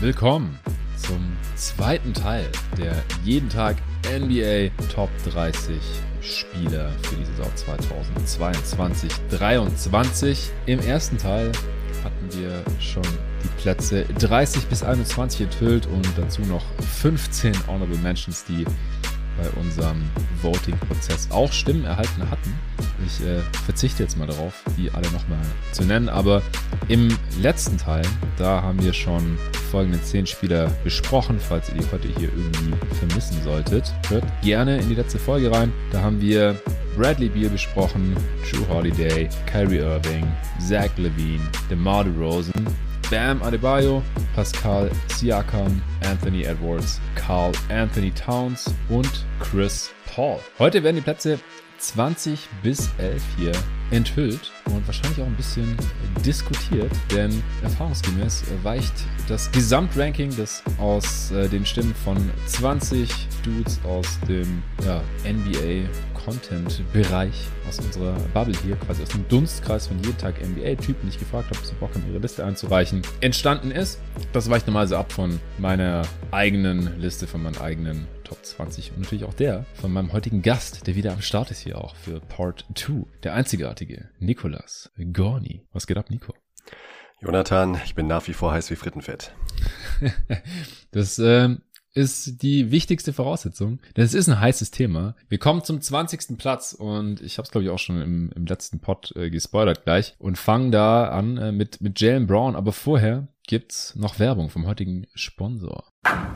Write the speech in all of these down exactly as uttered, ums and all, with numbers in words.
Willkommen zum zweiten Teil der jeden Tag N B A Top dreißig Spieler für die Saison zweitausendzweiundzwanzig dreiundzwanzig. Im ersten Teil hatten wir schon die Plätze dreißig bis einundzwanzig enthüllt und dazu noch fünfzehn Honorable Mentions, die bei unserem Voting-Prozess auch Stimmen erhalten hatten. Ich äh, verzichte jetzt mal darauf, die alle nochmal zu nennen, aber im letzten Teil, da haben wir schon folgende zehn Spieler besprochen, falls ihr die heute hier irgendwie vermissen solltet. Hört gerne in die letzte Folge rein, da haben wir Bradley Beal besprochen, Jrue Holiday, Kyrie Irving, Zach LaVine, DeMar DeRozan, Bam Adebayo, Pascal Siakam, Anthony Edwards, Karl Anthony Towns und Chris Paul. Heute werden die Plätze zwanzig bis elf hier enthüllt und wahrscheinlich auch ein bisschen diskutiert, denn erfahrungsgemäß weicht das Gesamtranking, das aus äh, den Stimmen von zwanzig Dudes aus dem ja, N B A Content-Bereich, aus unserer Bubble hier, quasi aus dem Dunstkreis von jeden Tag N B A-Typen, die ich gefragt habe, ob sie Bock haben, ihre Liste einzureichen, entstanden ist. Das weicht normalerweise ab von meiner eigenen Liste, von meinen eigenen Top zwanzig und natürlich auch der von meinem heutigen Gast, der wieder am Start ist hier auch für Part zwei, der einzigartige Nicolas Gorni. Was geht ab, Nico? Jonathan, ich bin nach wie vor heiß wie Frittenfett. Das ähm, ist die wichtigste Voraussetzung, denn es ist ein heißes Thema. Wir kommen zum zwanzigsten Platz und ich habe es, glaube ich, auch schon im, im letzten Pod äh, gespoilert gleich und fangen da an äh, mit, mit Jaylen Brown, aber vorher gibt's noch Werbung vom heutigen Sponsor.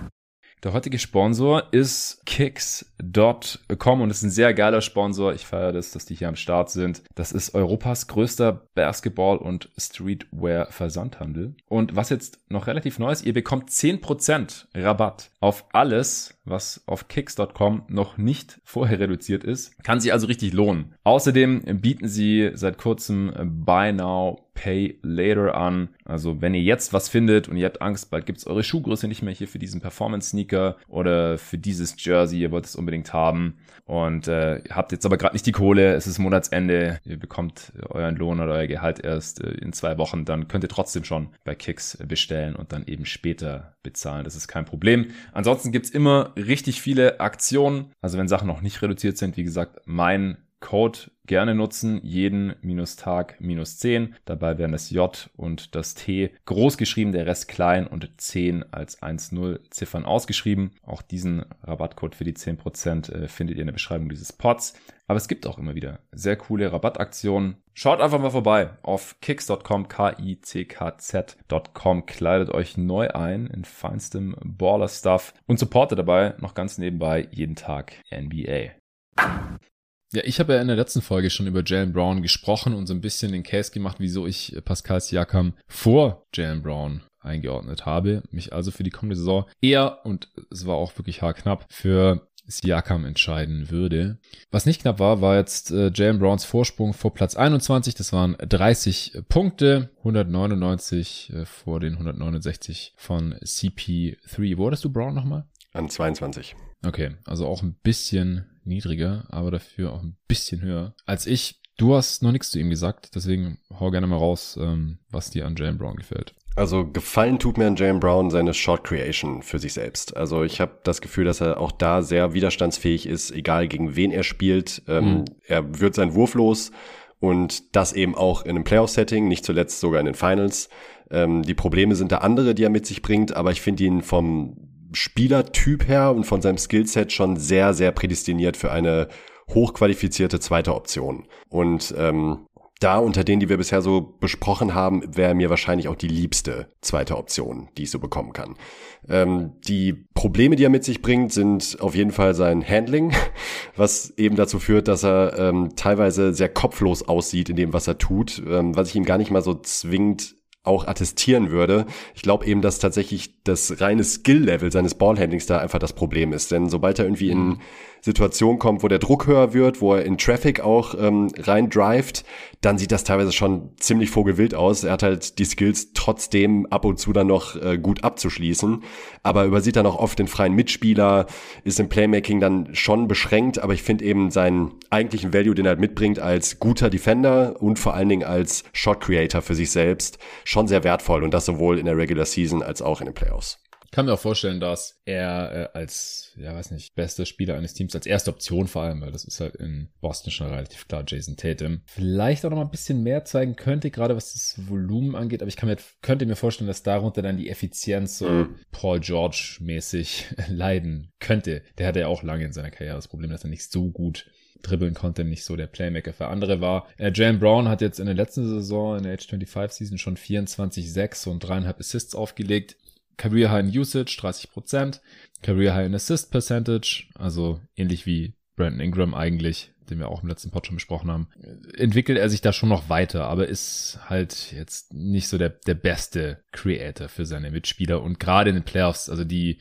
Der heutige Sponsor ist Kicks Punkt com und ist ein sehr geiler Sponsor. Ich feiere das, dass die hier am Start sind. Das ist Europas größter Basketball- und Streetwear-Versandhandel. Und was jetzt noch relativ neu ist, ihr bekommt zehn Prozent Rabatt auf alles, was auf Kicks Punkt com noch nicht vorher reduziert ist. Kann sich also richtig lohnen. Außerdem bieten sie seit kurzem Buy Now, Pay Later an. Also wenn ihr jetzt was findet und ihr habt Angst, bald gibt's eure Schuhgröße nicht mehr hier für diesen Performance-Sneaker oder für dieses Jersey, ihr wollt es unbedingt haben und äh, habt jetzt aber gerade nicht die Kohle, es ist Monatsende, ihr bekommt euren Lohn oder euer Gehalt erst äh, in zwei Wochen, dann könnt ihr trotzdem schon bei Kicks bestellen und dann eben später bezahlen. Das ist kein Problem. Ansonsten gibt's immer richtig viele Aktionen. Also wenn Sachen noch nicht reduziert sind, wie gesagt, mein Code gerne nutzen, jeden minus Tag minus zehn. Dabei werden das J und das T groß geschrieben, der Rest klein und zehn als eins null Ziffern ausgeschrieben. Auch diesen Rabattcode für die zehn Prozent äh, findet ihr in der Beschreibung dieses Pods. Aber es gibt auch immer wieder sehr coole Rabattaktionen. Schaut einfach mal vorbei auf Kicks Punkt com, K I C K Z Punkt com. Kleidet euch neu ein in feinstem Baller-Stuff und supportet dabei noch ganz nebenbei jeden Tag N B A. Ja, ich habe ja in der letzten Folge schon über Jaylen Brown gesprochen und so ein bisschen den Case gemacht, wieso ich Pascal Siakam vor Jaylen Brown eingeordnet habe. Mich also für die kommende Saison eher, und es war auch wirklich haarknapp, für Siakam entscheiden würde. Was nicht knapp war, war jetzt äh, Jaylen Browns Vorsprung vor Platz einundzwanzig. Das waren dreißig Punkte, hundertneunundneunzig äh, vor den hundertneunundsechzig von C P drei. Wo hattest du Brown nochmal? An zweiundzwanzig. Okay, also auch ein bisschen niedriger, aber dafür auch ein bisschen höher als ich. Du hast noch nichts zu ihm gesagt, deswegen hau gerne mal raus, ähm, was dir an Jaylen Brown gefällt. Also gefallen tut mir an Jaylen Brown seine Shot Creation für sich selbst. Also ich habe das Gefühl, dass er auch da sehr widerstandsfähig ist, egal gegen wen er spielt. Ähm, mhm. Er wird seinen Wurf los und das eben auch in einem Playoff-Setting, nicht zuletzt sogar in den Finals. Ähm, die Probleme sind da andere, die er mit sich bringt, aber ich finde ihn vom Spielertyp her und von seinem Skillset schon sehr, sehr prädestiniert für eine hochqualifizierte zweite Option. Und ähm, da unter denen, die wir bisher so besprochen haben, wäre mir wahrscheinlich auch die liebste zweite Option, die ich so bekommen kann. Ähm, die Probleme, die er mit sich bringt, sind auf jeden Fall sein Handling, was eben dazu führt, dass er ähm, teilweise sehr kopflos aussieht in dem, was er tut, ähm, was ich ihm gar nicht mal so zwingend auch attestieren würde. Ich glaube eben, dass tatsächlich das reine Skill-Level seines Ballhandlings da einfach das Problem ist. Denn sobald er irgendwie in Situation kommt, wo der Druck höher wird, wo er in Traffic auch ähm, rein drivet, dann sieht das teilweise schon ziemlich vogelwild aus. Er hat halt die Skills trotzdem ab und zu dann noch äh, gut abzuschließen, aber übersieht dann auch oft den freien Mitspieler, ist im Playmaking dann schon beschränkt, aber ich finde eben seinen eigentlichen Value, den er halt mitbringt als guter Defender und vor allen Dingen als Shot Creator für sich selbst, schon sehr wertvoll und das sowohl in der Regular Season als auch in den Playoffs. Ich kann mir auch vorstellen, dass er äh, als, ja weiß nicht, bester Spieler eines Teams, als erste Option vor allem, weil das ist halt in Boston schon relativ klar, Jason Tatum, vielleicht auch noch mal ein bisschen mehr zeigen könnte, gerade was das Volumen angeht, aber ich kann mir, könnte mir vorstellen, dass darunter dann die Effizienz so mhm. Paul George-mäßig leiden könnte. Der hatte ja auch lange in seiner Karriere das Problem, dass er nicht so gut dribbeln konnte, nicht so der Playmaker für andere war. Äh, Jaylen Brown hat jetzt in der letzten Saison, in der Age fünfundzwanzig Season schon vierundzwanzig sechs und dreieinhalb Assists aufgelegt. Career High in Usage, dreißig Prozent. Career High in Assist Percentage, also ähnlich wie Brandon Ingram eigentlich, den wir auch im letzten Pod schon besprochen haben, entwickelt er sich da schon noch weiter, aber ist halt jetzt nicht so der, der beste Creator für seine Mitspieler und gerade in den Playoffs, also die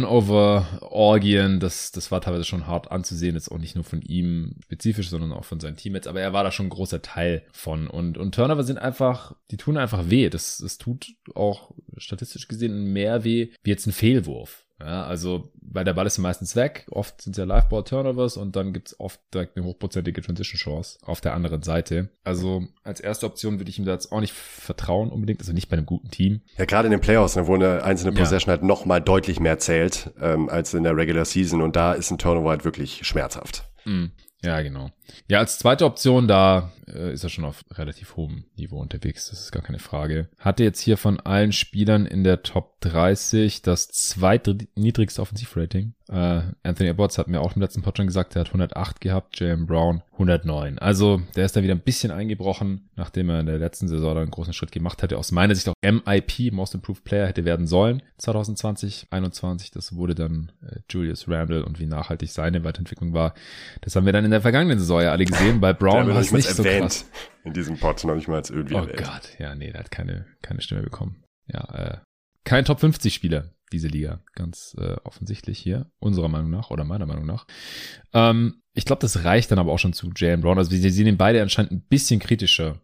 Turnover-Orgien, das, das war teilweise schon hart anzusehen, jetzt auch nicht nur von ihm spezifisch, sondern auch von seinen Teammates, aber er war da schon ein großer Teil von und, und Turnover sind einfach, die tun einfach weh, das, das tut auch statistisch gesehen mehr weh, wie jetzt ein Fehlwurf. Ja, also, weil der Ball ist meistens weg. Oft sind es ja Live-Ball-Turnovers und dann gibt's oft direkt eine hochprozentige Transition-Chance auf der anderen Seite. Also, als erste Option würde ich ihm da jetzt auch nicht vertrauen unbedingt, also nicht bei einem guten Team. Ja, gerade in den Playoffs, ne, wo eine einzelne Possession ja. halt noch mal deutlich mehr zählt, ähm, als in der Regular Season und da ist ein Turnover halt wirklich schmerzhaft. Mhm. Ja, genau. Ja, als zweite Option, da äh, ist er schon auf relativ hohem Niveau unterwegs, das ist gar keine Frage. Hatte jetzt hier von allen Spielern in der Top dreißig das zweitniedrigste Offensivrating. Äh, Anthony Edwards hat mir auch im letzten Pod schon gesagt, er hat hundertacht gehabt, Jaylen Brown hundertneun. Also der ist da wieder ein bisschen eingebrochen, nachdem er in der letzten Saison da einen großen Schritt gemacht hatte. Aus meiner Sicht auch M I P, Most Improved Player, hätte werden sollen zwanzig zwanzig, einundzwanzig. Das wurde dann äh, Julius Randle und wie nachhaltig seine Weiterentwicklung war. Das haben wir dann in der vergangenen Saison ja alle gesehen. Bei Brown war es nicht so krass. In diesem Pod noch nicht mal als irgendwie Oh erwähnt. Gott, ja, nee, der hat keine, keine Stimme bekommen. Ja, äh, kein Top fünfzig Spieler, diese Liga. Ganz äh, offensichtlich hier, unserer Meinung nach oder meiner Meinung nach. Ähm, ich glaube, das reicht dann aber auch schon zu Jaylen Brown. Also wir sehen ihn beide anscheinend ein bisschen kritischer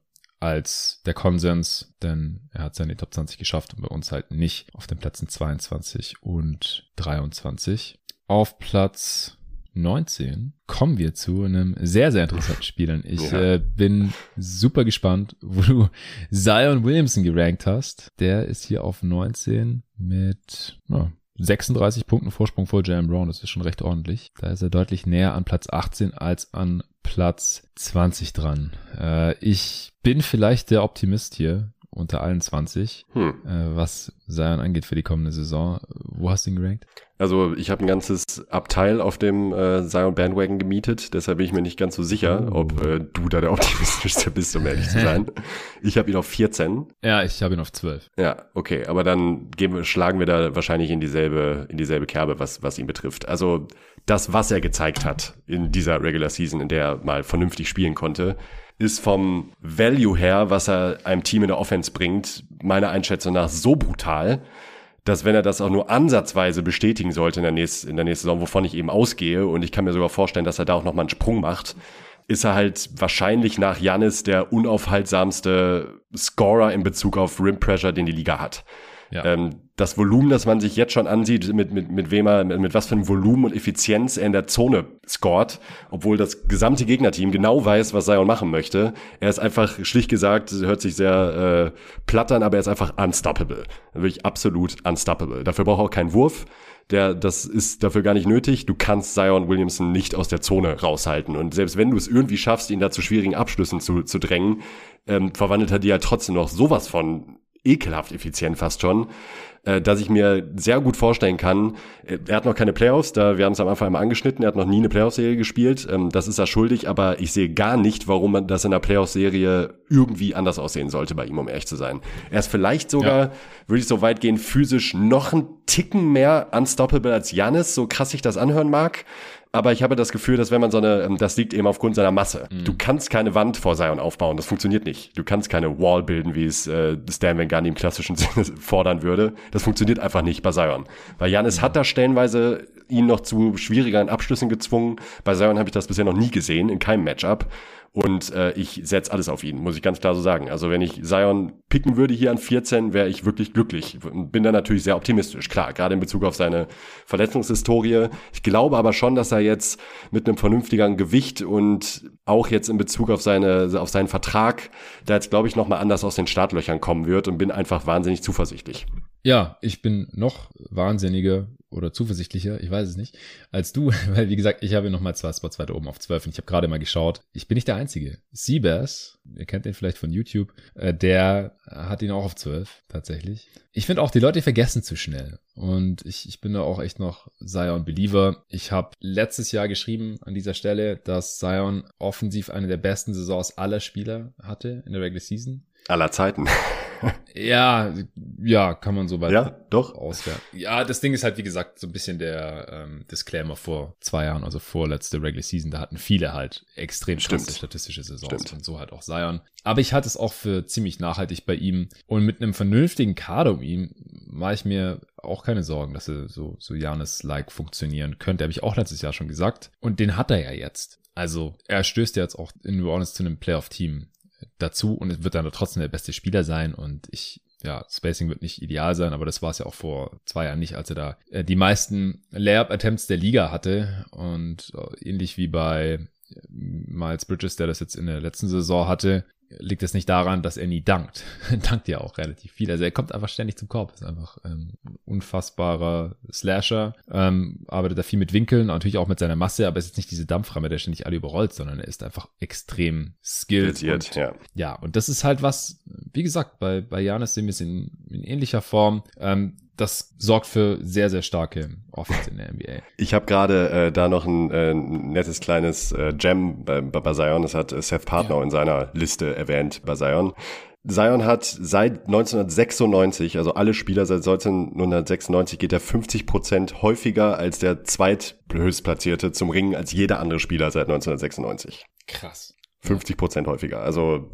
als der Konsens, denn er hat seine Top zwanzig geschafft und bei uns halt nicht auf den Plätzen zweiundzwanzig und dreiundzwanzig. Auf Platz neunzehn kommen wir zu einem sehr, sehr interessanten Spiel. Ich ja. äh, bin super gespannt, wo du Zion Williamson gerankt hast. Der ist hier auf neunzehn mit ja, sechsunddreißig Punkten Vorsprung vor Jaylen Brown. Das ist schon recht ordentlich. Da ist er deutlich näher an Platz achtzehn als an Platz zwanzig dran. Äh, ich bin vielleicht der Optimist hier unter allen zwanzig, hm. äh, was Zion angeht für die kommende Saison. Wo hast du ihn gerankt? Also ich habe ein ganzes Abteil auf dem äh, Zion Bandwagon gemietet, deshalb bin ich mir nicht ganz so sicher, oh. ob äh, du da der optimistischste bist, um ehrlich zu sein. Ich habe ihn auf vierzehn. Ja, ich habe ihn auf zwölf. Ja, okay, aber dann gehen wir, schlagen wir da wahrscheinlich in dieselbe in dieselbe Kerbe, was was ihn betrifft. Also das, was er gezeigt hat in dieser Regular Season, in der er mal vernünftig spielen konnte, ist vom Value her, was er einem Team in der Offense bringt, meiner Einschätzung nach so brutal, dass wenn er das auch nur ansatzweise bestätigen sollte in der nächsten, in der nächsten Saison, wovon ich eben ausgehe, und ich kann mir sogar vorstellen, dass er da auch nochmal einen Sprung macht, ist er halt wahrscheinlich nach Giannis der unaufhaltsamste Scorer in Bezug auf Rim Pressure, den die Liga hat. Ja. Ähm, das Volumen, das man sich jetzt schon ansieht, mit, mit, mit wem er, mit, mit was für einem Volumen und Effizienz er in der Zone scoret, obwohl das gesamte Gegnerteam genau weiß, was Zion machen möchte. Er ist einfach, schlicht gesagt, hört sich sehr äh, platt an, aber er ist einfach unstoppable. Wirklich absolut unstoppable. Dafür braucht er auch keinen Wurf. Der, das ist dafür gar nicht nötig. Du kannst Zion Williamson nicht aus der Zone raushalten. Und selbst wenn du es irgendwie schaffst, ihn da zu schwierigen Abschlüssen zu, zu drängen, ähm, verwandelt er die halt trotzdem noch sowas von ekelhaft effizient fast schon, äh, dass ich mir sehr gut vorstellen kann, äh, er hat noch keine Playoffs, da wir haben es am Anfang einmal angeschnitten, er hat noch nie eine Playoff-Serie gespielt, ähm, das ist er schuldig, aber ich sehe gar nicht, warum man das in einer Playoff-Serie irgendwie anders aussehen sollte bei ihm, um ehrlich zu sein. Er ist vielleicht sogar, ja. würde ich so weit gehen, physisch noch einen Ticken mehr unstoppable als Giannis, so krass sich das anhören mag. Aber ich habe das Gefühl, dass wenn man so eine, das liegt eben aufgrund seiner Masse. Mhm. Du kannst keine Wand vor Zion aufbauen, das funktioniert nicht. Du kannst keine Wall bilden, wie es äh, Stan Van Gundy im klassischen Sinne fordern würde. Das funktioniert einfach nicht bei Zion. Weil Giannis mhm. hat da stellenweise ihn noch zu schwierigeren Abschlüssen gezwungen. Bei Zion habe ich das bisher noch nie gesehen, in keinem Matchup. Und äh, ich setze alles auf ihn, muss ich ganz klar so sagen. Also wenn ich Zion picken würde hier an vierzehn, wäre ich wirklich glücklich. Bin da natürlich sehr optimistisch, klar, gerade in Bezug auf seine Verletzungshistorie. Ich glaube aber schon, dass er jetzt mit einem vernünftigeren Gewicht und auch jetzt in Bezug auf seine auf seinen Vertrag, da jetzt, glaube ich, nochmal anders aus den Startlöchern kommen wird und bin einfach wahnsinnig zuversichtlich. Ja, ich bin noch wahnsinniger oder zuversichtlicher, ich weiß es nicht, als du, weil wie gesagt, ich habe nochmal zwei Spots weiter oben auf zwölf und ich habe gerade mal geschaut, ich bin nicht der Einzige. Seabass, ihr kennt den vielleicht von YouTube, äh, der hat ihn auch auf zwölf, tatsächlich. Ich finde auch, die Leute vergessen zu schnell und ich, ich bin da auch echt noch Zion-Believer. Ich habe letztes Jahr geschrieben an dieser Stelle, dass Zion offensiv eine der besten Saisons aller Spieler hatte in der Regular Season. Aller Zeiten. Ja, ja, kann man so weit ja, doch. auswerten. Ja, das Ding ist halt, wie gesagt, so ein bisschen der ähm, Disclaimer vor zwei Jahren, also vorletzte Regular Season, da hatten viele halt extrem krasse statistische Saisons. Stimmt. Und so halt auch Zion. Aber ich halte es auch für ziemlich nachhaltig bei ihm und mit einem vernünftigen Kader um ihn mache ich mir auch keine Sorgen, dass er so so Giannis-like funktionieren könnte. Habe ich auch letztes Jahr schon gesagt. Und den hat er ja jetzt. Also er stößt ja jetzt auch in New Orleans zu einem Playoff-Team dazu und es wird dann trotzdem der beste Spieler sein und ich, ja, Spacing wird nicht ideal sein, aber das war es ja auch vor zwei Jahren nicht, als er da äh, die meisten Layup-Attempts der Liga hatte und äh, ähnlich wie bei Miles Bridges, der das jetzt in der letzten Saison hatte, liegt es nicht daran, dass er nie dankt. Dankt ja auch relativ viel. Also er kommt einfach ständig zum Korb. Ist einfach ähm, unfassbarer Slasher. Ähm, arbeitet da viel mit Winkeln, natürlich auch mit seiner Masse, aber es ist jetzt nicht diese Dampframme, der ständig alle überrollt, sondern er ist einfach extrem skilled. Und, ja. ja, und das ist halt was, wie gesagt, bei bei Giannis sehen wir es in, in ähnlicher Form. Ähm, das sorgt für sehr, sehr starke Offense in der N B A. Ich habe gerade äh, da noch ein äh, nettes kleines äh, Gem bei, bei Zion. Das hat äh, Seth Partnow ja. in seiner Liste erwähnt bei Zion. Zion hat seit neunzehnhundertsechsundneunzig, also alle Spieler seit neunzehnhundertsechsundneunzig, geht er fünfzig Prozent häufiger als der zweithöchstplatzierte zum Ringen als jeder andere Spieler seit neunzehnhundertsechsundneunzig. Krass. fünfzig Prozent häufiger. Also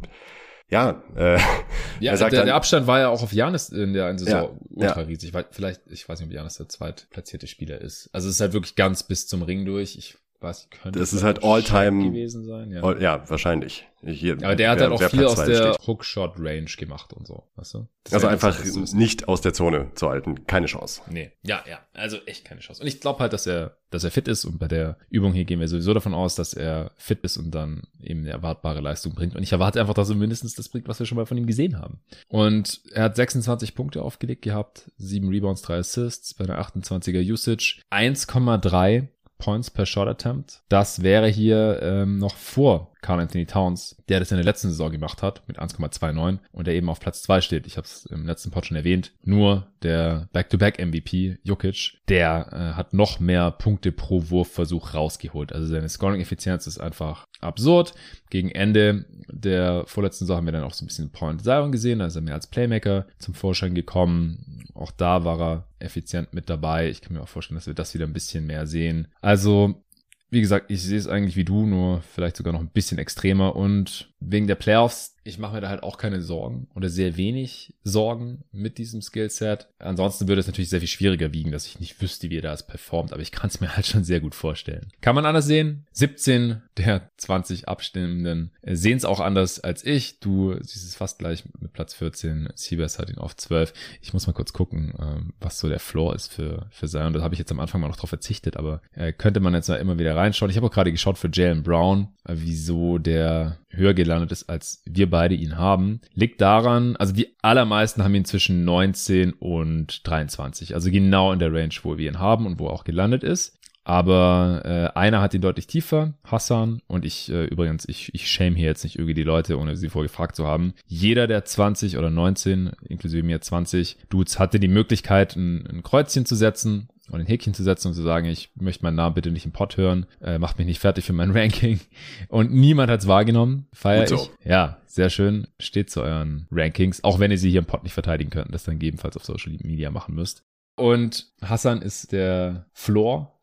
ja, äh, ja, er sagt der, dann, der Abstand war ja auch auf Giannis in der einen Saison ja, ultra ja. riesig. Vielleicht, ich weiß nicht, ob Giannis der zweitplatzierte Spieler ist. Also es ist halt wirklich ganz bis zum Ring durch. Ich weiß, könnte das ist halt All-Time gewesen sein. Ja, all, ja wahrscheinlich. Hier, aber der hat wer, halt auch viel aus der steht. Hookshot-Range gemacht und so, weißt du? Das also einfach nicht aus der Zone zu halten. Keine Chance. Nee, ja, ja. Also echt keine Chance. Und ich glaube halt, dass er, dass er fit ist und bei der Übung hier gehen wir sowieso davon aus, dass er fit ist und dann eben eine erwartbare Leistung bringt. Und ich erwarte einfach, dass er mindestens das bringt, was wir schon mal von ihm gesehen haben. Und er hat sechsundzwanzig Punkte aufgelegt gehabt, sieben Rebounds, drei Assists bei einer achtundzwanziger Usage, eins Komma drei Points per Shot Attempt. Das wäre hier ähm, noch vor Karl Anthony Towns, der das in der letzten Saison gemacht hat mit eins Komma zweiundneunzig und der eben auf Platz zwei steht. Ich habe es im letzten Pod schon erwähnt. Nur der Back-to-Back-M V P, Jokic, der äh, hat noch mehr Punkte pro Wurfversuch rausgeholt. Also seine Scoring-Effizienz ist einfach absurd. Gegen Ende der vorletzten Saison haben wir dann auch so ein bisschen Point Zion gesehen. Da ist er mehr als Playmaker zum Vorschein gekommen. Auch da war er effizient mit dabei. Ich kann mir auch vorstellen, dass wir das wieder ein bisschen mehr sehen. Also wie gesagt, ich sehe es eigentlich wie du, nur vielleicht sogar noch ein bisschen extremer und wegen der Playoffs, ich mache mir da halt auch keine Sorgen oder sehr wenig Sorgen mit diesem Skillset. Ansonsten würde es natürlich sehr viel schwieriger wiegen, dass ich nicht wüsste, wie er das performt, aber ich kann es mir halt schon sehr gut vorstellen. Kann man anders sehen? siebzehn der zwanzig Abstimmenden sehen es auch anders als ich. Du siehst es fast gleich mit Platz vierzehn. Seabass hat ihn auf zwölf. Ich muss mal kurz gucken, was so der Floor ist für, für Zion. Da habe ich jetzt am Anfang mal noch drauf verzichtet, aber könnte man jetzt mal immer wieder reinschauen. Ich habe auch gerade geschaut für Jaylen Brown, wieso der höher gelandet ist, als wir beide ihn haben. Liegt daran, also die allermeisten haben ihn zwischen neunzehn und dreiundzwanzig, also genau in der Range, wo wir ihn haben und wo er auch gelandet ist. Aber äh, einer hat ihn deutlich tiefer, Hassan, und ich äh, übrigens, ich, ich shame hier jetzt nicht irgendwie die Leute, ohne sie vorher gefragt zu haben. Jeder der zwanzig oder neunzehn, inklusive mir zwanzig Dudes, hatte die Möglichkeit, ein, ein Kreuzchen zu setzen und ein Häkchen zu setzen und zu sagen, ich möchte meinen Namen bitte nicht im Pod hören, äh, macht mich nicht fertig für mein Ranking. Und niemand hat es wahrgenommen, feiere so. ich. Ja, sehr schön, steht zu euren Rankings, auch wenn ihr sie hier im Pod nicht verteidigen könnt, das dann gegebenenfalls auf Social Media machen müsst. Und Hassan ist der Floor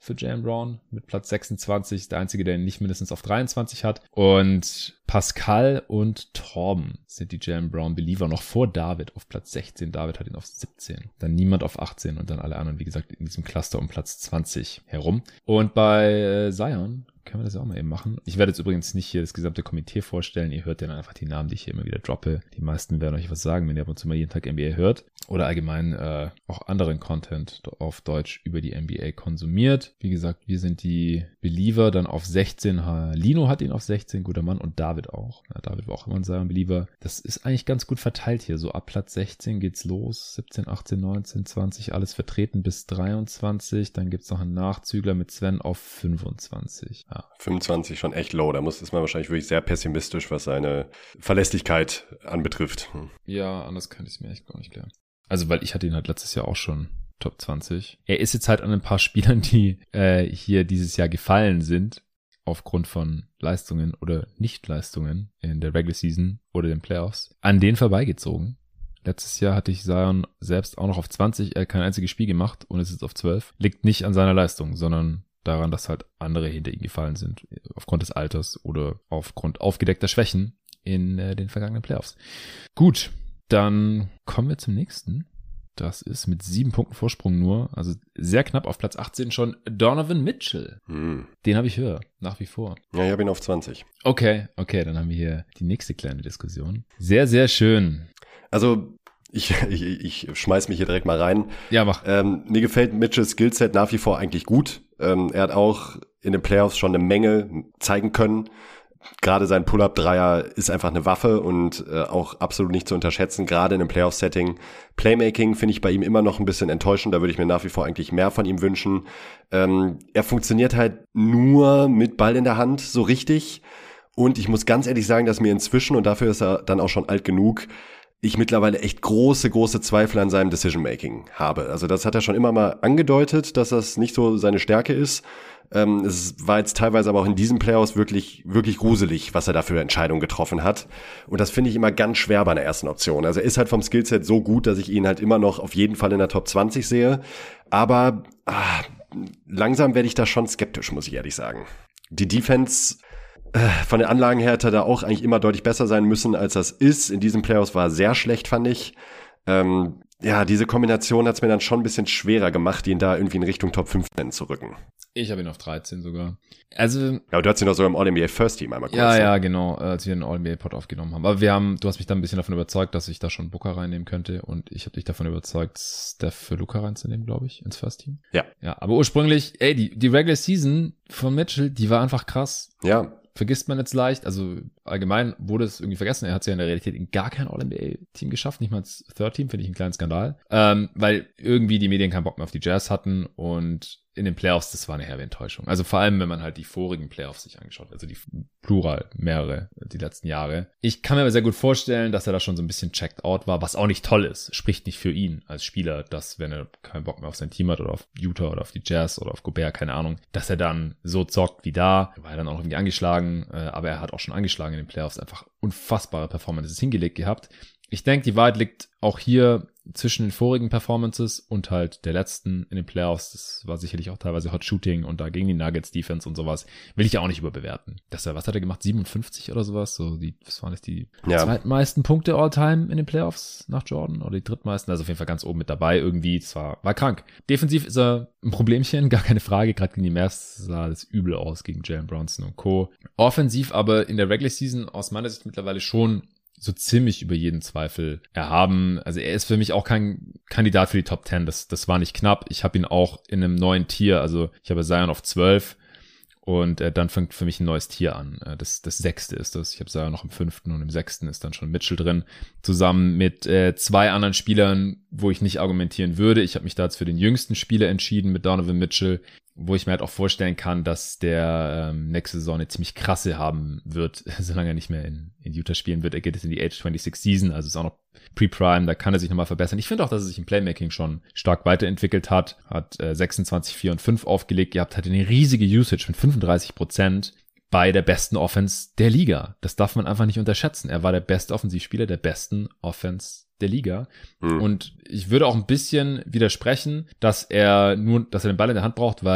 für Jaylen Brown mit Platz sechsundzwanzig, der einzige, der ihn nicht mindestens auf dreiundzwanzig hat. Und Pascal und Torben sind die Jaylen Brown Believer noch vor David auf Platz sechzehn. David hat ihn auf siebzehn. Dann niemand auf achtzehn und dann alle anderen, wie gesagt, in diesem Cluster um Platz zwanzig herum. Und bei äh, Zion können wir das auch mal eben machen. Ich werde jetzt übrigens nicht hier das gesamte Komitee vorstellen. Ihr hört dann einfach die Namen, die ich hier immer wieder droppe. Die meisten werden euch was sagen, wenn ihr ab und zu mal jeden Tag N B A hört oder allgemein äh, auch anderen Content auf Deutsch über die N B A konsumiert. Wie gesagt, wir sind die Believer, dann auf sechzehn. Lino hat ihn auf sechzehn, guter Mann, und David auch. Ja, David war auch immer ein Zion Believer. Das ist eigentlich ganz gut verteilt hier. So ab Platz sechzehn geht's los. siebzehn, achtzehn, neunzehn, zwanzig, alles vertreten bis dreiundzwanzig. Dann gibt's noch einen Nachzügler mit Sven auf fünfundzwanzig. Ja. fünfundzwanzig schon echt low. Da muss ist man wahrscheinlich wirklich sehr pessimistisch, was seine Verlässlichkeit anbetrifft. Hm. Ja, anders könnte ich es mir echt gar nicht klären. Also, weil ich hatte ihn halt letztes Jahr auch schon Top zwanzig. Er ist jetzt halt an ein paar Spielern, die äh, hier dieses Jahr gefallen sind, aufgrund von Leistungen oder Nicht-Leistungen in der Regular Season oder den Playoffs, an denen vorbeigezogen. Letztes Jahr hatte ich Zion selbst auch noch auf zwanzig, er hat kein einziges Spiel gemacht und ist jetzt auf zwölf. Liegt nicht an seiner Leistung, sondern daran, dass halt andere hinter ihm gefallen sind, aufgrund des Alters oder aufgrund aufgedeckter Schwächen in äh, den vergangenen Playoffs. Gut, dann kommen wir zum nächsten. Das ist mit sieben Punkten Vorsprung nur, also sehr knapp auf Platz achtzehn schon, Donovan Mitchell. Hm. Den habe ich höher, nach wie vor. Ja, ich habe ihn auf zwanzig. Okay, okay, dann haben wir hier die nächste kleine Diskussion. Sehr, sehr schön. Also Ich, ich, ich schmeiß mich hier direkt mal rein. Ja, mach. Ähm, mir gefällt Mitchells Skillset nach wie vor eigentlich gut. Ähm, er hat auch in den Playoffs schon eine Menge zeigen können. Gerade sein Pull-Up-Dreier ist einfach eine Waffe und äh, auch absolut nicht zu unterschätzen, gerade in einem Playoff-Setting. Playmaking finde ich bei ihm immer noch ein bisschen enttäuschend, da würde ich mir nach wie vor eigentlich mehr von ihm wünschen. Ähm, er funktioniert halt nur mit Ball in der Hand so richtig. Und ich muss ganz ehrlich sagen, dass mir inzwischen, und dafür ist er dann auch schon alt genug, ich mittlerweile echt große, große Zweifel an seinem Decision-Making habe. Also das hat er schon immer mal angedeutet, dass das nicht so seine Stärke ist. Ähm, es war jetzt teilweise aber auch in diesen Playoffs wirklich, wirklich gruselig, was er da für Entscheidungen getroffen hat. Und das finde ich immer ganz schwer bei einer ersten Option. Also er ist halt vom Skillset so gut, dass ich ihn halt immer noch auf jeden Fall in der Top zwanzig sehe. Aber ah, langsam werde ich da schon skeptisch, muss ich ehrlich sagen. Die Defense von den Anlagen her hätte er da auch eigentlich immer deutlich besser sein müssen, als das ist. In diesen Playoffs war er sehr schlecht, fand ich. Ähm, ja, diese Kombination hat es mir dann schon ein bisschen schwerer gemacht, ihn da irgendwie in Richtung Top fünfzehn zu rücken. Ich habe ihn auf dreizehn sogar. Also, ja, aber du hast ihn doch sogar im All-N B A First Team einmal kurz. Ja, ja, genau, als wir den All-N B A Pod aufgenommen haben. Aber wir haben, du hast mich dann ein bisschen davon überzeugt, dass ich da schon Booker reinnehmen könnte und ich habe dich davon überzeugt, Steph für Luka reinzunehmen, glaube ich, ins First Team. Ja. Ja, aber ursprünglich, ey, die, die Regular Season von Mitchell, die war einfach krass. Ja. Vergisst man jetzt leicht, also allgemein wurde es irgendwie vergessen, er hat es ja in der Realität in gar kein All-N B A-Team geschafft, nicht mal ins Third Team, finde ich einen kleinen Skandal, ähm, weil irgendwie die Medien keinen Bock mehr auf die Jazz hatten und in den Playoffs, das war eine herbe Enttäuschung. Also vor allem, wenn man halt die vorigen Playoffs sich angeschaut hat, also die Plural, mehrere, die letzten Jahre. Ich kann mir aber sehr gut vorstellen, dass er da schon so ein bisschen checked out war, was auch nicht toll ist. Spricht nicht für ihn als Spieler, dass wenn er keinen Bock mehr auf sein Team hat oder auf Utah oder auf die Jazz oder auf Gobert, keine Ahnung, dass er dann so zockt wie da. Er war ja dann auch irgendwie angeschlagen, aber er hat auch schon angeschlagen in den Playoffs, einfach unfassbare Performances hingelegt gehabt. Ich denke, die Wahrheit liegt auch hier zwischen den vorigen Performances und halt der letzten in den Playoffs. Das war sicherlich auch teilweise Hot Shooting und da gegen die Nuggets Defense und sowas. Will ich ja auch nicht überbewerten. Dass er, was hat er gemacht? siebenundfünfzig oder sowas? So die, was waren das, die ja. zweitmeisten Punkte all-time in den Playoffs nach Jordan oder die drittmeisten? Also auf jeden Fall ganz oben mit dabei irgendwie. Das war, war krank. Defensiv ist er ein Problemchen, gar keine Frage. Gerade gegen die Mavs sah das übel aus gegen Jalen Brunson und Co. Offensiv aber in der Regular Season aus meiner Sicht mittlerweile schon so ziemlich über jeden Zweifel erhaben. Also er ist für mich auch kein Kandidat für die Top zehn. Das, das war nicht knapp. Ich habe ihn auch in einem neuen Tier. Also ich habe Zion auf zwölf und äh, dann fängt für mich ein neues Tier an. Äh, das, das sechste ist das. Ich habe Zion noch im fünften und im sechsten ist dann schon Mitchell drin. Zusammen mit äh, zwei anderen Spielern, wo ich nicht argumentieren würde. Ich habe mich da jetzt für den jüngsten Spieler entschieden mit Donovan Mitchell, wo ich mir halt auch vorstellen kann, dass der ähm, nächste Saison eine ziemlich krasse haben wird, solange er nicht mehr in, in Utah spielen wird. Er geht jetzt in die Age sechsundzwanzig Season, also ist auch noch Pre-Prime, da kann er sich nochmal verbessern. Ich finde auch, dass er sich im Playmaking schon stark weiterentwickelt hat, hat äh, sechsundzwanzig, vier und fünf aufgelegt gehabt, hatte eine riesige Usage mit fünfunddreißig Prozent bei der besten Offense der Liga. Das darf man einfach nicht unterschätzen. Er war der beste Offensivspieler der besten Offense der Liga. Mhm. Und ich würde auch ein bisschen widersprechen, dass er nur, dass er den Ball in der Hand braucht, weil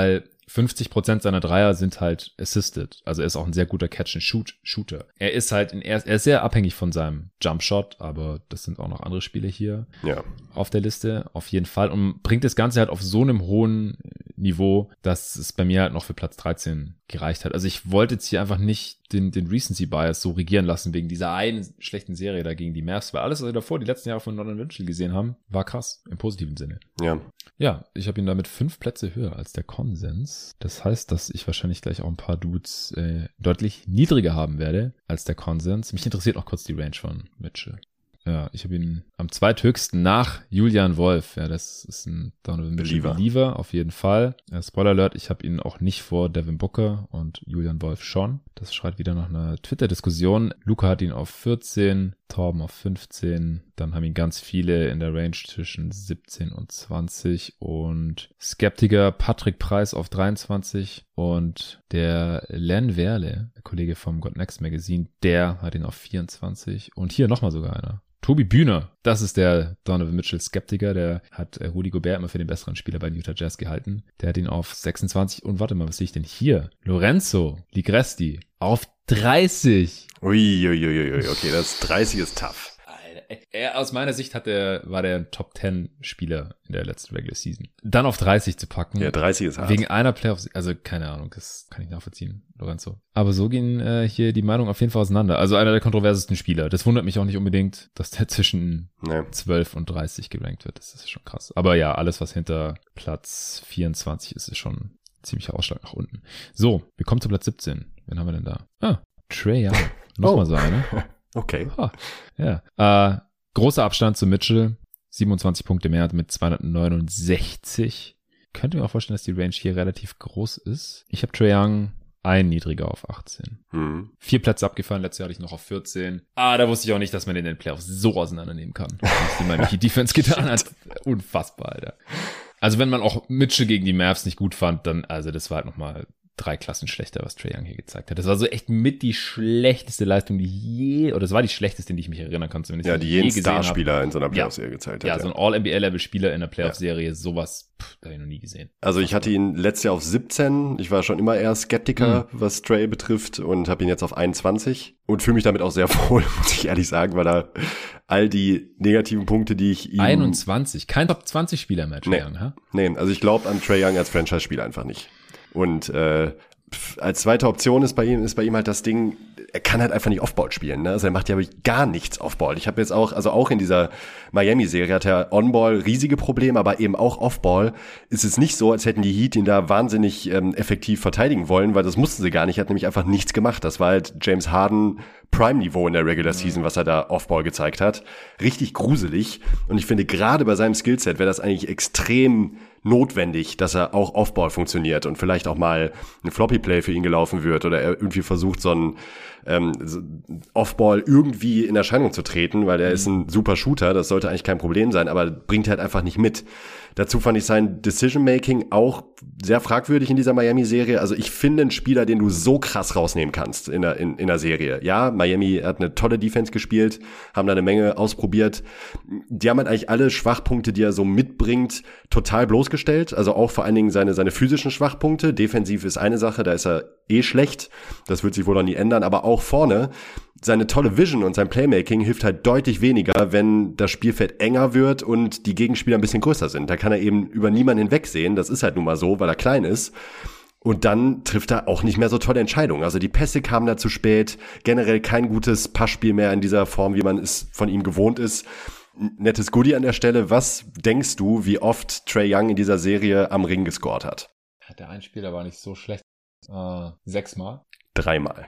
fünfzig Prozent seiner Dreier sind halt assisted. Also er ist auch ein sehr guter Catch-and-Shoot-Shooter. Er ist halt, in, er ist sehr abhängig von seinem Jumpshot, aber das sind auch noch andere Spiele hier ja. auf der Liste, auf jeden Fall. Und bringt das Ganze halt auf so einem hohen Niveau, dass es bei mir halt noch für Platz dreizehn gereicht hat. Also ich wollte jetzt hier einfach nicht den, den Recency-Bias so regieren lassen wegen dieser einen schlechten Serie da gegen die Mavs, weil alles, was wir davor die letzten Jahre von Donovan Mitchell gesehen haben, war krass, im positiven Sinne. Ja. Ja, ich habe ihn damit fünf Plätze höher als der Konsens. Das heißt, dass ich wahrscheinlich gleich auch ein paar Dudes äh, deutlich niedriger haben werde als der Konsens. Mich interessiert noch kurz die Range von Mitchell. Ja, ich habe ihn am zweithöchsten nach Julian Wolf. Ja, das ist ein Donovan Mitchell Believer, auf jeden Fall. Ja, Spoiler Alert, ich habe ihn auch nicht vor Devin Booker und Julian Wolf schon. Das schreit wieder nach einer Twitter-Diskussion. Luca hat ihn auf vierzehn, Torben auf fünfzehn. Dann haben ihn ganz viele in der Range zwischen siebzehn und zwanzig. Und Skeptiker Patrick Preis auf dreiundzwanzig. Und der Len Werle, der Kollege vom Got Next Magazine, der hat ihn auf vierundzwanzig. Und hier nochmal sogar einer. Tobi Bühner, das ist der Donovan Mitchell Skeptiker, der hat äh, Rudy Gobert immer für den besseren Spieler bei den Utah Jazz gehalten. Der hat ihn auf sechsundzwanzig und warte mal, was sehe ich denn hier? Lorenzo Ligresti auf dreißig. Uiuiuiui, okay, das dreißig ist tough. Er, aus meiner Sicht hat er, war der ein Top zehn Spieler in der letzten Regular Season. Dann auf dreißig zu packen. Ja, dreißig ist hart. Wegen einer Playoffs, also keine Ahnung, das kann ich nachvollziehen, Lorenzo. Aber so gehen äh, hier die Meinungen auf jeden Fall auseinander. Also einer der kontroversesten Spieler. Das wundert mich auch nicht unbedingt, dass der zwischen nee. zwölf und dreißig gerankt wird. Das ist schon krass. Aber ja, alles, was hinter Platz vierundzwanzig ist, ist schon ziemlicher Ausschlag nach unten. So, wir kommen zu Platz siebzehn. Wen haben wir denn da? Ah, Trae Young. Nochmal oh. so eine. Okay. Ha, ja. Äh, großer Abstand zu Mitchell. siebenundzwanzig Punkte mehr mit zweihundertneunundsechzig. Könnte mir auch vorstellen, dass die Range hier relativ groß ist. Ich habe Trae Young ein niedriger auf achtzehn. Hm. Vier Plätze abgefallen. Letztes Jahr hatte ich noch auf vierzehn. Ah, da wusste ich auch nicht, dass man den in den Playoffs so auseinandernehmen kann. Was die Miami Heat Defense getan hat. Unfassbar, Alter. Also wenn man auch Mitchell gegen die Mavs nicht gut fand, dann, also das war halt nochmal drei Klassen schlechter, was Trae Young hier gezeigt hat. Das war so echt mit die schlechteste Leistung, die ich je, oder das war die schlechteste, in die ich mich erinnern kann, zumindest. Ja, die jeden Starspieler in so einer Playoff-Serie ja. gezeigt hat. Ja, ja, so ein All-N B A-Level-Spieler in einer Playoff-Serie, ja. sowas, pff, habe ich noch nie gesehen. Also ich hatte ihn letztes Jahr auf siebzehn. Ich war schon immer eher Skeptiker, mhm. was Trae betrifft, und habe ihn jetzt auf einundzwanzig und fühle mich damit auch sehr wohl, muss ich ehrlich sagen, weil da all die negativen Punkte, die ich ihm... einundzwanzig, kein Top zwanzig Spieler mehr, Trae nee. Young, ha? Nee, also ich glaube an Trae Young als Franchise-Spieler einfach nicht. Und äh, als zweite Option ist bei ihm ist bei ihm halt das Ding, er kann halt einfach nicht Offball spielen, ne? Also er macht ja wirklich gar nichts Offball. Ich habe jetzt auch, also auch in dieser Miami-Serie hat er Onball riesige Probleme, aber eben auch Offball ist es nicht so, als hätten die Heat ihn da wahnsinnig ähm, effektiv verteidigen wollen, weil das mussten sie gar nicht. Er hat nämlich einfach nichts gemacht. Das war halt James Harden Prime-Niveau in der Regular Season, was er da Offball gezeigt hat. Richtig gruselig. Und ich finde, gerade bei seinem Skillset wäre das eigentlich extrem notwendig, dass er auch Offball funktioniert und vielleicht auch mal ein Floppy-Play für ihn gelaufen wird oder er irgendwie versucht, so ein ähm, so Offball irgendwie in Erscheinung zu treten, weil er ist ein super Shooter, das sollte eigentlich kein Problem sein, aber bringt halt einfach nicht mit. Dazu fand ich sein Decision-Making auch sehr fragwürdig in dieser Miami-Serie. Also ich finde einen Spieler, den du so krass rausnehmen kannst in der, in, in der Serie. Ja, Miami hat eine tolle Defense gespielt, haben da eine Menge ausprobiert. Die haben halt eigentlich alle Schwachpunkte, die er so mitbringt, total bloßgestellt. Also auch vor allen Dingen seine, seine physischen Schwachpunkte. Defensiv ist eine Sache, da ist er eh schlecht. Das wird sich wohl noch nie ändern. Aber auch vorne, seine tolle Vision und sein Playmaking hilft halt deutlich weniger, wenn das Spielfeld enger wird und die Gegenspieler ein bisschen größer sind. Da kann er eben über niemanden hinwegsehen. Das ist halt nun mal so, weil er klein ist. Und dann trifft er auch nicht mehr so tolle Entscheidungen. Also die Pässe kamen da zu spät. Generell kein gutes Passspiel mehr in dieser Form, wie man es von ihm gewohnt ist. Nettes Goodie an der Stelle. Was denkst du, wie oft Trae Young in dieser Serie am Ring gescored hat? Der Einspieler war nicht so schlecht. Äh, sechsmal? Dreimal.